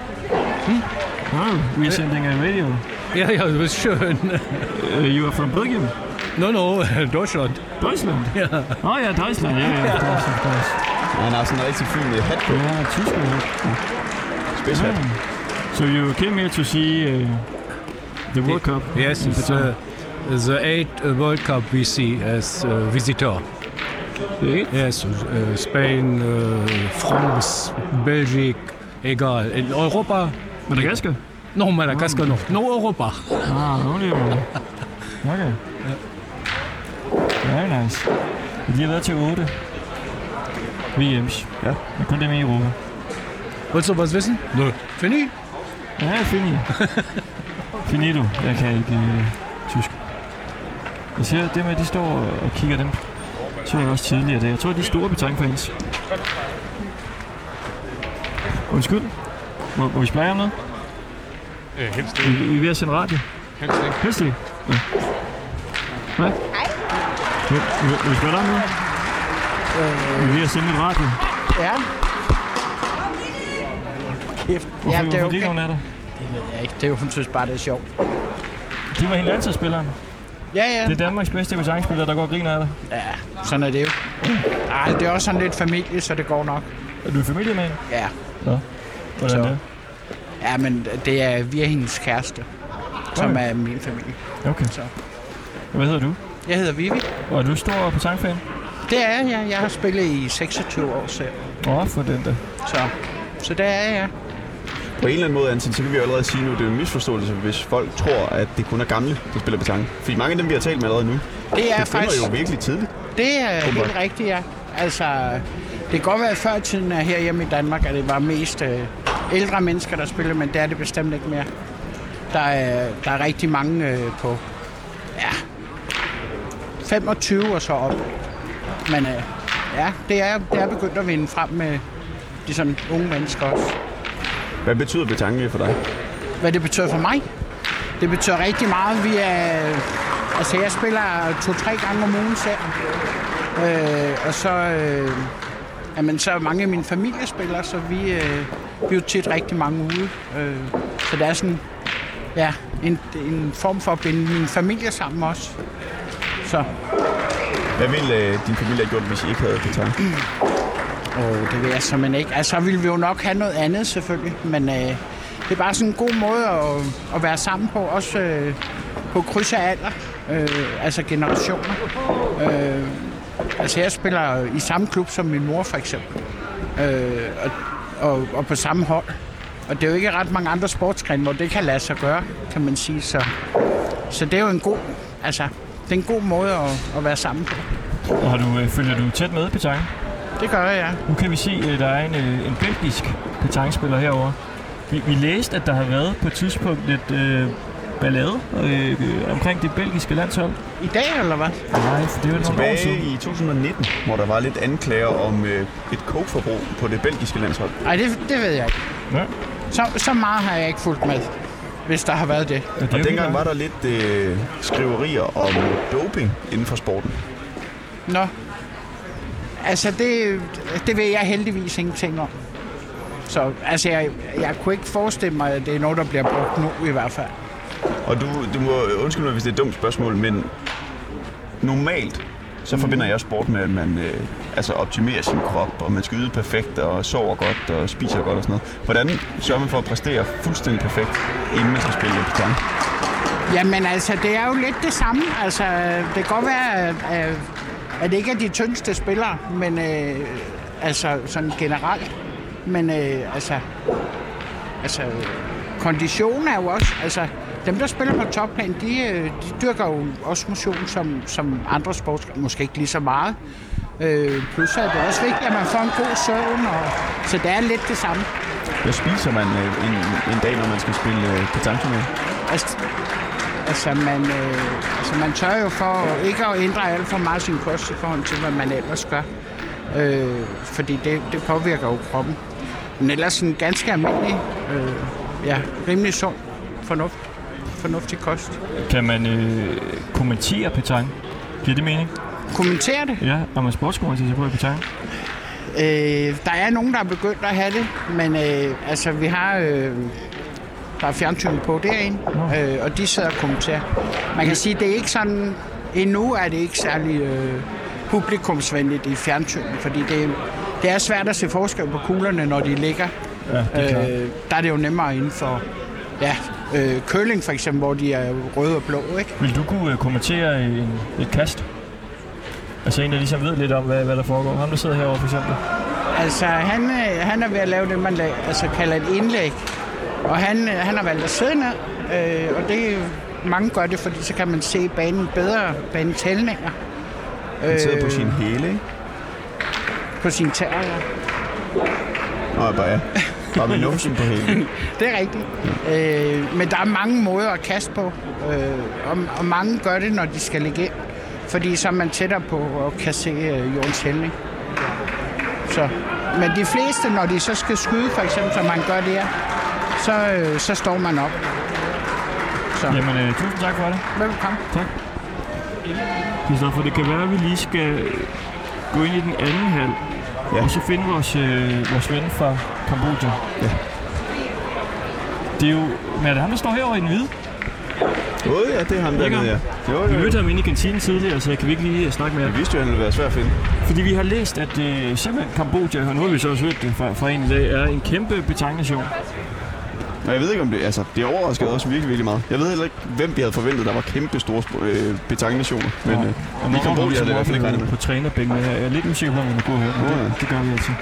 Oh, we are sending a radio. Ja, it was schön. You are from Belgium? No, Deutschland. Deutschland? Ja. Oh ja, Deutschland. Ja, of course. Han har sådan en rigtig fin hat på. Ja, tysker hat. Spidshat. So you came here to see the World Cup? Yes, it's the 8th World Cup we see as visitor. Yes, Spain, France, Belgique, egal. In Europa. Madagaskar? No, Madagaskar, no Europa. No Europa. Okay. Very nice. Vi har været til 8 VM's. Ja. Men kun dem i Europa. Willst du was wissen? Nö. Fini? Ja, finito. Jeg kan ikke tysk. Jeg ser det med, at de står og kigger dem. Så jeg også tidligere det. Jeg tror, de er store petanquefans. Undskyld. Må vi spørge om noget? Helst ikke. Vi er ved at sende radio. Helst ikke? Ja. Hvad? Hej. Må vi spørge dig om noget? Vi er ved at sende et radio. Ja. Kæft. Hvorfor det er okay. Hun er der? Det ved jeg ikke. Det er jo, hun synes bare, det er sjovt. Det var hende landsholdsspilleren. Ja. Det er Danmarks bedste petanquespiller, der går og griner af dig. Ja, sådan er det jo. Ej, det er også sådan lidt familie, så det går nok. Er du i familie med hende? Ja. Nå. Hvordan det? Ja, men det er via hendes kæreste, som er min familie. Okay. Så. Hvad hedder du? Jeg hedder Vivi. Og er du stor petanquefan? Det er jeg. Jeg har spillet i 26 år selv. For den der. Så det er jeg. På en eller anden måde, Anton, så kan vi jo allerede sige nu, det er en misforståelse, hvis folk tror, at det kun er gamle, der spiller petanque. Fordi mange af dem, vi har talt med allerede nu, det er faktisk jo virkelig tidligt. Det er helt rigtigt, ja. Altså, det kan godt være, at før tiden her hjemme i Danmark, at det var mest ældre mennesker, der spillede, men det er det bestemt ikke mere. Der er rigtig mange på 25 og så op. Men det er begyndt at vinde frem med de sådan unge mennesker også. Hvad betyder petanque for dig? Hvad det betyder for mig? Det betyder rigtig meget. Jeg spiller 2-3 gange om ugen selv. Og så er mange af mine familiespillere, så vi er jo tit rigtig mange ude. Så det er sådan en form for at binde min familie sammen også. Så. Hvad ville din familie have gjort, hvis I ikke havde petanque? Det ved jeg simpelthen ikke. Altså, så ville vi jo nok have noget andet selvfølgelig, men det er bare sådan en god måde at være sammen på, også på kryds af alder, altså generationer. Jeg spiller i samme klub som min mor for eksempel, og på samme hold. Og det er jo ikke ret mange andre sportsgrene, hvor det kan lade sig gøre, kan man sige. Så det er jo en god måde at være sammen på. Og følger du tæt med petanque? Det gør jeg, ja. Nu kan vi se, at der er en belgisk petanquespiller herovre. Vi læste, at der har været på et tidspunkt lidt ballade omkring det belgiske landshold. I dag, eller hvad? Nej, for det var nogle år siden. I 2019, hvor der var lidt anklager om et coke-forbrug på det belgiske landshold. Nej, det ved jeg ikke. Ja. Så meget har jeg ikke fulgt med, hvis der har været det. Og dengang var der lidt skriverier om doping inden for sporten. Nå. Altså, det ved jeg heldigvis ingenting om. Så altså, jeg kunne ikke forestille mig, at det er noget, der bliver brugt nu i hvert fald. Og du må undskylde mig, hvis det er et dumt spørgsmål, men normalt så forbinder jeg sport med, at man optimerer sin krop, og man skal yde perfekt, og sover godt, og spiser godt og sådan noget. Hvordan sørger man for at præstere fuldstændig perfekt, inden man skal spille petanque? Jamen altså, det er jo lidt det samme. Altså, det kan godt være, at det ikke er de tyndste spillere, men sådan generelt. Men kondition er jo også, dem der spiller på topplan, de dyrker jo også motion som andre sports, måske ikke lige så meget. Plus er det også vigtigt, at man får en god søvn, så det er lidt det samme. Hvad spiser man en dag, når man skal spille petanque med? Man tør jo for ikke at ændre alt for meget sin kost i forhold til, hvad man ellers gør. Fordi det påvirker jo kroppen. Men ellers sådan ganske almindelig, rimelig sund, fornuftig kost. Kan man kommentere petanque? Giver det mening? Kommentere det? Ja, og man sportskommentator på petanque? Der er nogen, der er begyndt at have det, men vi har... der er fjernsyn på derinde, og de sidder og kommenterer. Man kan sige, at det er ikke sådan... Endnu er det ikke særlig publikumsvenligt i fjernsynet, fordi det er svært at se forskel på kuglerne, når de ligger. Ja, der er det jo nemmere inden for curling for eksempel, hvor de er røde og blå, ikke? Vil du kunne kommentere et kast? Altså en, der ligesom ved lidt om, hvad der foregår. Ham, der sidder herovre for eksempel. Altså, han er ved at lave det, man kalder et indlæg. Og han har valgt at sidde ned, og det mange gør det, fordi så kan man se banen bedre, banetællninger. Han sidder på sin hæle, ikke? På sin tæer, ja. Nå, bare ja. Og med numsen på hælen. Det er rigtigt. Men der er mange måder at kaste på, og mange gør det, når de skal ligge ind. Fordi så er man tættere på og kan se jordens hældning. Men de fleste, når de så skal skyde, for eksempel, som man gør der, så står man op. Så. Jamen, tusind tak for det. Velkommen. Tak. Kristoffer, det kan være, at vi lige skal gå ind i den anden hal, og så finde vores ven fra Kambodja. Ja. Det er jo... Men er det ham, der står herovre i den hvide? Ja, det er ham dernede, ja. Jo. Vi mødte ham inde i kantinen tidligere, så kan vi ikke lige snakke med ham. Vi vidste jo, at han ville være svær at finde. Fordi vi har læst, at simpelthen Kambodja, og nu har vi så også hørt det fra en i dag, er en kæmpe betongnation. Og jeg ved ikke om det, altså det overraskede også virkelig meget. Jeg ved heller ikke, hvem vi havde forventet, der var kæmpe store betonnationer. Men vi Kambodja havde det i hvert fald ikke regnet med. På trænerbænken, jeg er lidt usikker på, om vi må gå og høre, men det gør vi altid.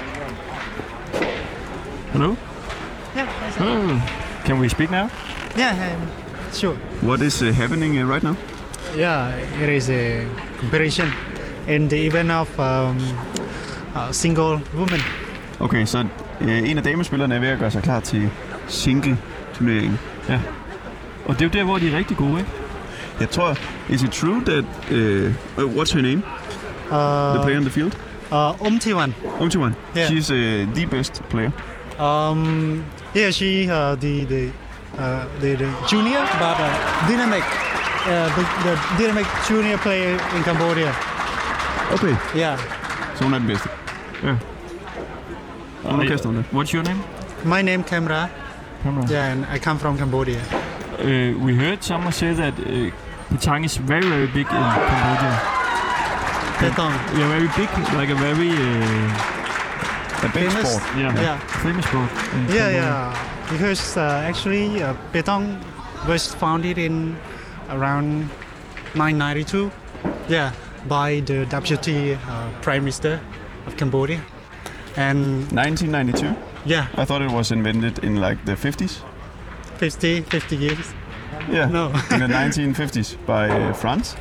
Hello? Yeah. Can we speak now? Yeah, sure. What is happening right now? Yeah, it is a competition in the event of single women. Okay, så en af damespillerne er ved at gøre sig klar til single-turneringen. Ja. Og det er jo der, hvor de er rigtig gode, ikke? Jeg tror, is it true that... what's her name? The player on the field? Umtiwan. Umtiwan. Yeah. She's the best player. Yeah, she the junior, but dynamic. The dynamic junior player in Cambodia. Okay. Yeah. Så hun er den bedste. Ja. What's your name? My name Kamra. Yeah, and I come from Cambodia. We heard someone say that Patang is very, very big in Cambodia. Patang? Yeah, very big, like a very... a big famous sport. Yeah. Famous sport. Yeah. Because actually Patang was founded in around 1992. Yeah, by the deputy prime minister of Cambodia. And 1992? Yeah. I thought it was invented in like the 50s. 50 years? Yeah. No. In the 1950s by France?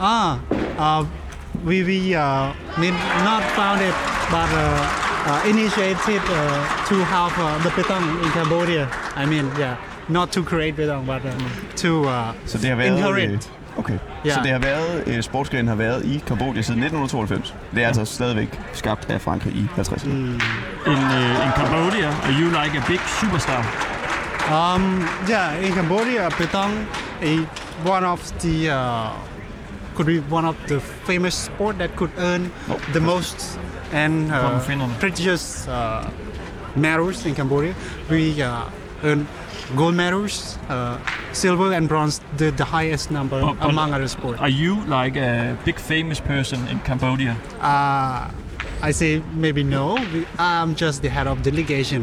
We not founded, but initiated to have the Patang in Cambodia. I mean, yeah, not to create Patang, but to så det har været, inherit. Okay. Yeah. Så det har været, sportsgrenen har været i Kambodja siden 1992. Det er altså stadigvæk skabt af Frankrig i 50'erne. In Cambodia, are you like a big superstar? Yeah, in Cambodia, Patang is one of the could be one of the famous sport that could earn the most and prestigious medals in Cambodia. We earn gold medals, silver and bronze, the highest number among other sports. Are you like a big famous person in Cambodia? I say maybe no. I'm just the head of delegation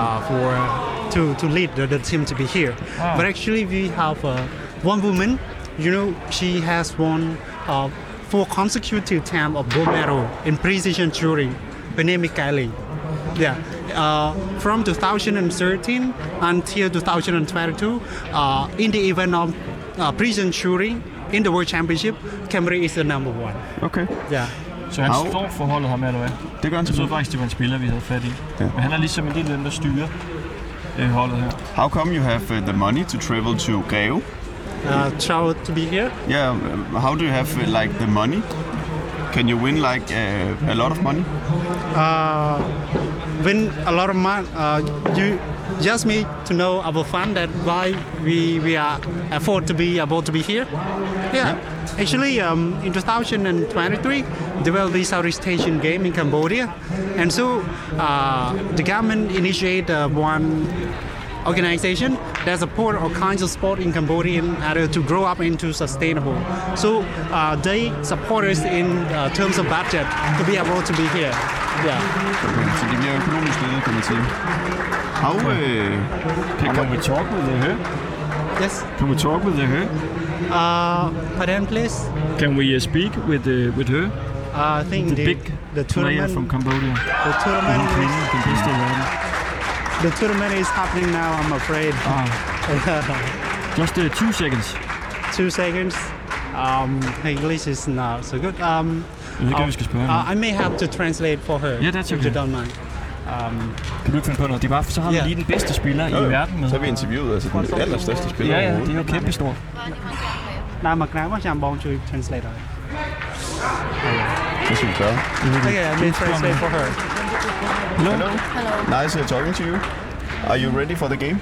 to lead the team to be here. But actually we have one woman. You know, she has won 4 consecutive times of gold medal in precision shooting. Her name is Kylie. Yeah. From 2013 until 2022, in the event of precision shooting in the World Championship, Cambodia is the number 1. Okay. Yeah. Så han står for holdet ham, eller hvad? Det gør han. Jeg troede faktisk, det var en spiller, vi havde fat i. Ja. Men han er ligesom en del af den, der styrer holdet her. How come you have the money to travel to Greve? Travel to be here? Yeah, how do you have like the money? Can you win like a lot of money? Win a lot of money. You just me to know about fun that why we are afford to be able to be here. Yeah. Actually, in 2023, there will be Southeast Asian game in Cambodia, and so the government initiated one organization that support all kinds of sport in Cambodia in order to grow up into sustainable. So they support us in terms of budget to be able to be here. Yeah. Okay, så det bliver økonomisk ledet, kan man sige. How can we talk with her? Yes. Can we talk with her? Pardon, please. Can we speak with her? I think the big the player from Cambodia. The tournament is happening now, I'm afraid. Just 2 seconds. 2 seconds. English is not so good. I may have to translate for her. Yeah, that's okay. If you don't mind. Kan du ikke finde på noget? Det er bare, så har vi lige den bedste spiller i verden med. Så har vi interviewet altså den allerstørste spiller overhovedet. Det er jo kæmpe stort. Nej, man kan ikke bare til translator. Hvad skal vi gøre? Yeah, let's translate for her. Hello. Nice talking to you. Are you ready for the game?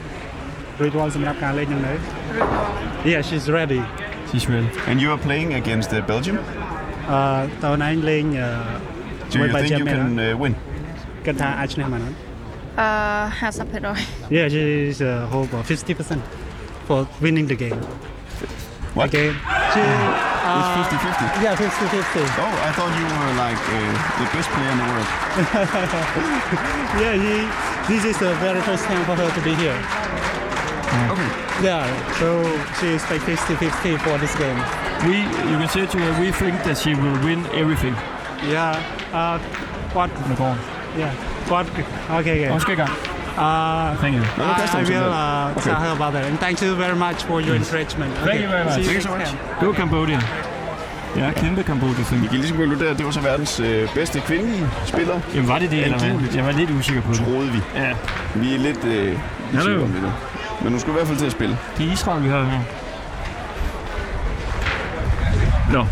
Yeah, she's ready. She's ready. And you are playing against Belgium? Tao nãy lên Do you think you can win? Can I actually man? 50%. Yeah, she's hope 50% for winning the game. What? Okay. It's 50-50? Yeah, 50-50. Oh, I thought you were like the best player in the world. Yeah, this is the very first time for her to be here. Okay. Yeah, so she expects 50-50 for this game. You can say to her, we think that she will win everything. Yeah, what? Yeah, what? Okay. Thank you. I will tell her about that. And thank you very much for your encouragement. Thank you very much. See you so much. Go Cambodia. Ja, kæmpe Cambodia. Vi kan ligesom konkludere, at det var så verdens bedste kvindelige spiller. Jamen var det det, eller hvad? Jeg var lidt usikker på det. Troede vi. Ja. Vi er lidt i tvivl om det. Men nu skal vi i hvert fald til at spille. Det er Israel, vi har her. Nå.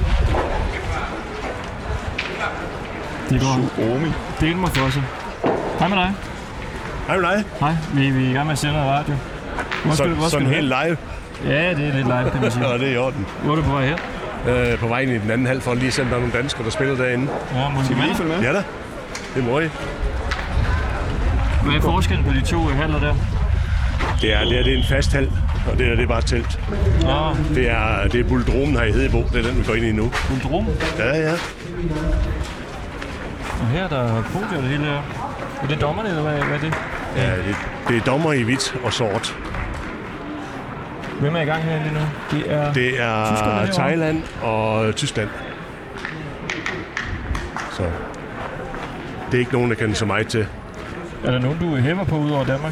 Det går. Suomi. Del mig for sig. Hej med dig. Hej med dig. Hej. Vi er i gang med at sende noget radio. Hvor skal du helt live? Ja, det er lidt live, kan man sige. Og det er i orden. Hvor er du på vej her? På vejen i den anden halv, for lige at se, om der er nogle danskere, der spiller derinde. Ja, må vi lige følge med? Ja da. Det må I. Hvad er forskellen på de to haller der? Det er en fast hal, og det er bare et telt. Det er Buldromen her i Hedebo. Det er den, vi går ind i nu. Buldromen? Ja. Og her er der podier det hele her. Er det dommerne, eller hvad er det? Ja, det er dommer i hvidt og sort. Hvem er i gang her lige nu? Det er Thailand og Tyskland. Så det er ikke nogen, der kender så meget til. Er der nogen, du hæmmer på ud over Danmark?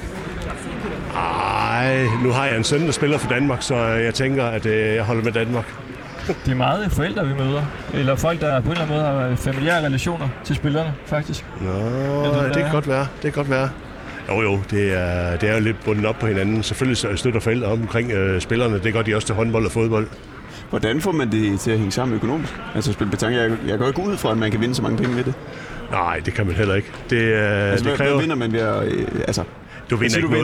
Nej, nu har jeg en søn, der spiller for Danmark, så jeg tænker, at jeg holder med Danmark. Det er meget forældre, vi møder. Eller folk, der på en eller anden måde har familiære relationer til spillerne, faktisk. Det kan godt være. Jo, det er jo lidt bundet op på hinanden. Selvfølgelig støtter forældre omkring spillerne. Det gør de også til håndbold og fodbold. Hvordan får man det til at hænge sammen økonomisk? Altså spille petanque, jeg går ikke ud fra, at man kan vinde så mange penge ved det. Nej, det kan man heller ikke. Det kræver... Hvad vinder man ved at... Du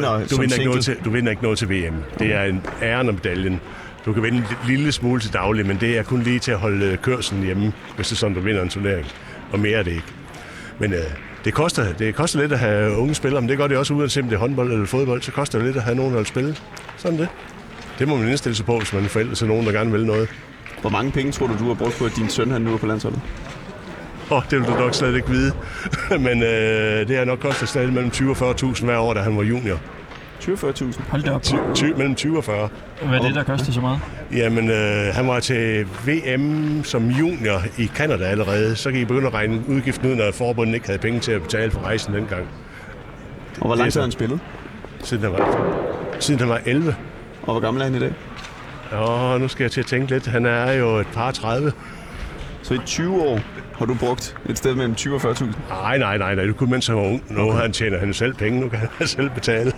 vinder ikke noget til VM. Det er en æren og medaljen. Du kan vinde en lille smule til daglig, men det er kun lige til at holde kørselen hjemme, hvis det er sådan, du vinder en turnering. Og mere er det ikke. Men det koster lidt at have unge spillere, men det gør det også uanset om det er håndbold eller fodbold, så koster det lidt at have nogen, der vil spille. Sådan det. Det må man indstille sig på, hvis man er forældre til nogen, der gerne vil noget. Hvor mange penge tror du har brugt på, at din søn han nu er på landsholdet? Det vil du nok slet ikke vide. Men det har nok kostet stadig mellem 20 og 40.000 hver år, da han var junior. 20-40.000? Hold da op. Mellem 20 og 40. Hvad er det, der koster så meget? Jamen, han var til VM som junior i Canada allerede. Så kan I begynde at regne udgiften ud, når forbundet ikke havde penge til at betale for rejsen dengang. Og hvor lang tid har han spillet? Siden han var 11. Og hvor gammel er han i dag? Nu skal jeg til at tænke lidt. Han er jo et par 30. Så i 20 år har du brugt et sted mellem 20 og 40.000? Nej. Du kunne mens han var ung. Nu han tjener han selv penge. Nu kan han selv betale.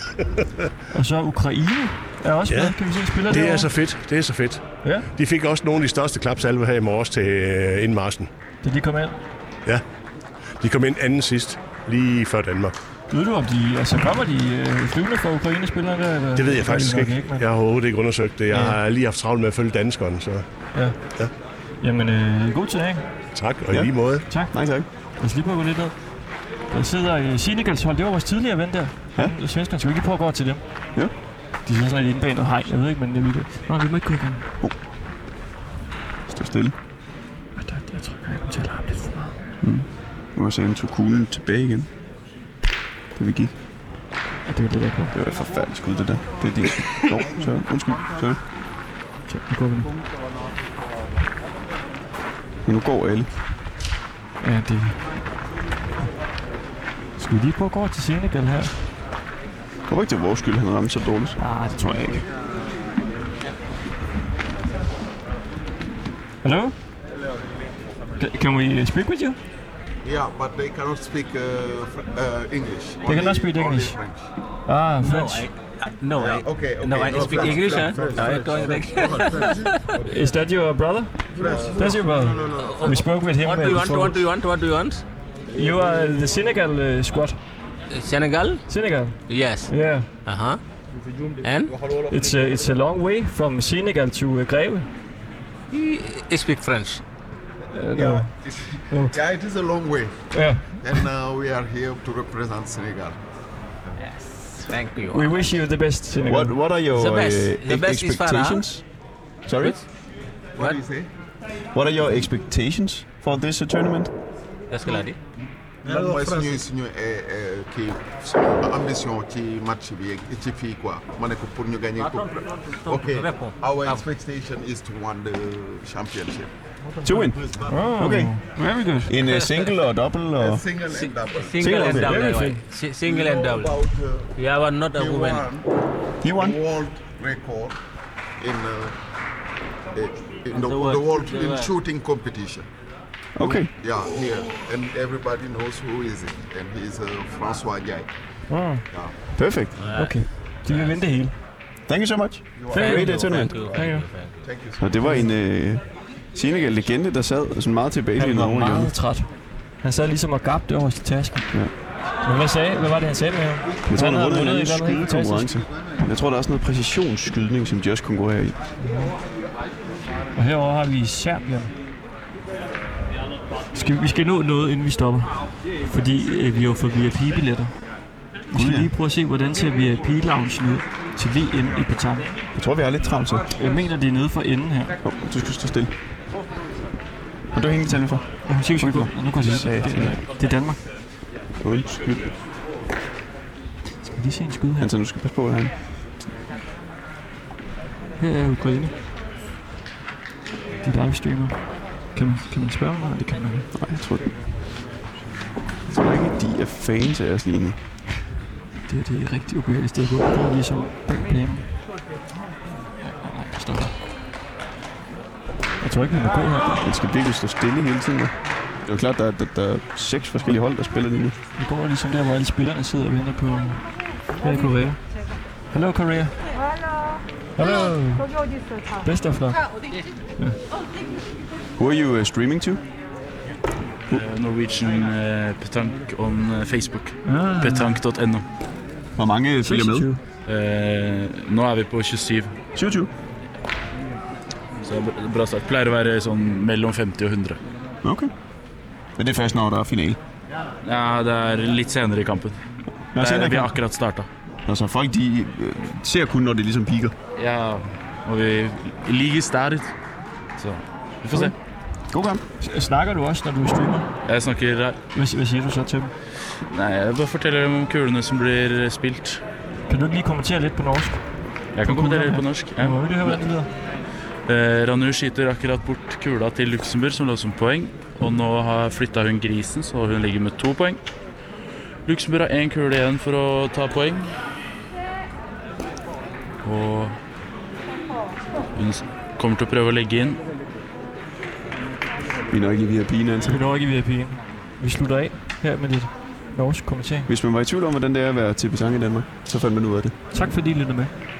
Og så Ukraine er også med, kan vi se, spiller det er så fedt. Ja. De fik også nogle af de største klapsalver her i morges til indmarchen. De kom ind? Ja. De kom ind anden sidst, lige før Danmark. Ved du, om kommer de flyvende fra Ukraine-spillere der? Eller? Det ved jeg faktisk ikke. Jeg har overhovedet ikke undersøgt det. Jeg har lige haft travlt med at følge danskeren, så... Ja. Jamen, god turnering. Tak, og i lige måde. Tak. Nej, tak. Lad os lige prøve at gå lidt ned. Der sidder Senegals hold. Det var vores tidligere ven der. Ja. Svenskerne, skal vi ikke prøve at gå til dem? Ja. De sidder sådan lidt inde bag noget hegn. Jeg ved ikke, men jeg vil det. Nå, vi må ikke gå i gang. Stå stille. Jeg tror, jeg kommer til at larme lidt for meget. Nu var så tog kuglen tilbage igen. Det vi gik. Ja, det var det der på. Det var et forfærdeligt skud, det der. Det er din skud. Så undskyld. Så nu går vi nu. Men nu går alle. Ja, det... Skal vi lige prøve at gå til Senegal her? Jeg tror ikke, det er vores skyld, han ramte så dårligt. Det tror jeg ikke. Hello? Can we speak with you? Yeah, but they cannot speak English. They cannot speak English. French. Okay. I speak English. Is that your brother? That's your brother. No. We spoke with him. What do you want? You are the Senegal squad. Senegal? Yes. Yeah. And? It's a long way from Senegal to Greve. I speak French. No. Yeah, it is a long way. Yeah. And we are here to represent Senegal. Yes. Thank you. We wish you the best, Senegal. What are your The best expectations? Sorry? What do you say? What are your expectations for this tournament? Qu'est-ce qu'elle a dit? lan mooy suñu ambition ci match bi ci fii quoi ma ne ko pour ñu gagner coupe. Okay. Our expectation is to win the championship. To win? Oh, okay. Very good. In a single or double? Or? Single and double. Single and double. We have not a woman. You won? World record in the world in shooting competition. Okay. Yeah, here. And everybody knows who is it. And he's François Ndiaye. Oh. Yeah. Perfect. Okay. Så vi vinder det hele. Thank you so much. Great tournament. Thank you. Og det var en Senegal-legende, der sad sådan meget tilbage. Han var meget træt. Han sad ligesom og gabte over sin taske. Ja. Men hvad var det, han sagde med ham? Jeg tror, han har vundet en skydekonkurrence. Jeg tror, der er også noget præcisionsskydning, som Just konkurrerer i. Og herover har vi Serbien. Vi skal nå noget, inden vi stopper. Fordi vi har jo fået VIP-billetter. Vi skal lige prøve at se, hvordan ser VIP-loungen ud til VM i petanque. Jeg tror, vi har lidt travlt til. Jeg mener, det er nede for enden her. Du skal stå stille. Har du hængt talen for? Ja, hun siger, nu kan jeg sige, det er Danmark. Undskyld. Skal vi lige se en skud her? Hansen, du skal passe på herinde. Her er Ukraine. De livestreamer. Kan man spørge mig? Det kan man ikke. Nej, jeg tror ikke, de er fans af os lige nu. Det er rigtig ubehageligt sted at gå. Det er ligesom bag plænen. Nej, stop. Jeg tror ikke, man må gå her. Man skal virkelig stå stille hele tiden. Det er jo klart, der er 6 forskellige hold, der spiller lige nu. Vi går ligesom der, hvor alle spillerne sidder og venter på her i Korea. Hello, Korea. Hello. Best of luck. Yeah. Who are you streaming to? Norwegian Petanque on Facebook. Petanque.no. Hvor mange følger med? Nå er vi på 27. 27? Så bra start. Pleier å være sånn mellom 50 og 100. Okay. Men det er først når der er finale? Ja, det er litt senere i kampen. Vi har akkurat startet. Altså folk de ser kun når det ligesom piker? Ja, og vi ligger stadig. Så vi får se. God kamp. Snakker du også, når du streamer? Jeg snakker der. Hvad siger du så til dem? Nej, jeg bare fortæller dem om kulene som blir spilt. Kan du ikke lige kommentere lidt på norsk? Jeg kan kommentere lidt på norsk. Ja. Må vi lige høre, hvordan det lyder? Ranu skyter akkurat bort kula til Luxemburg, som lå som poeng. Og nå har flyttet hun grisen, så hun ligger med 2 poeng. Luxemburg har 1 kule igjen for å ta poeng. Og hun kommer til å prøve å legge inn. Vi når ikke i VIP'en, altså. Vi når ikke i VIP'en. Vi slutter af her med lidt norsk kommentering. Hvis man var i tvivl om, hvordan det er at være til petanque i Danmark, så fandt man ud af det. Tak fordi I lyttede med.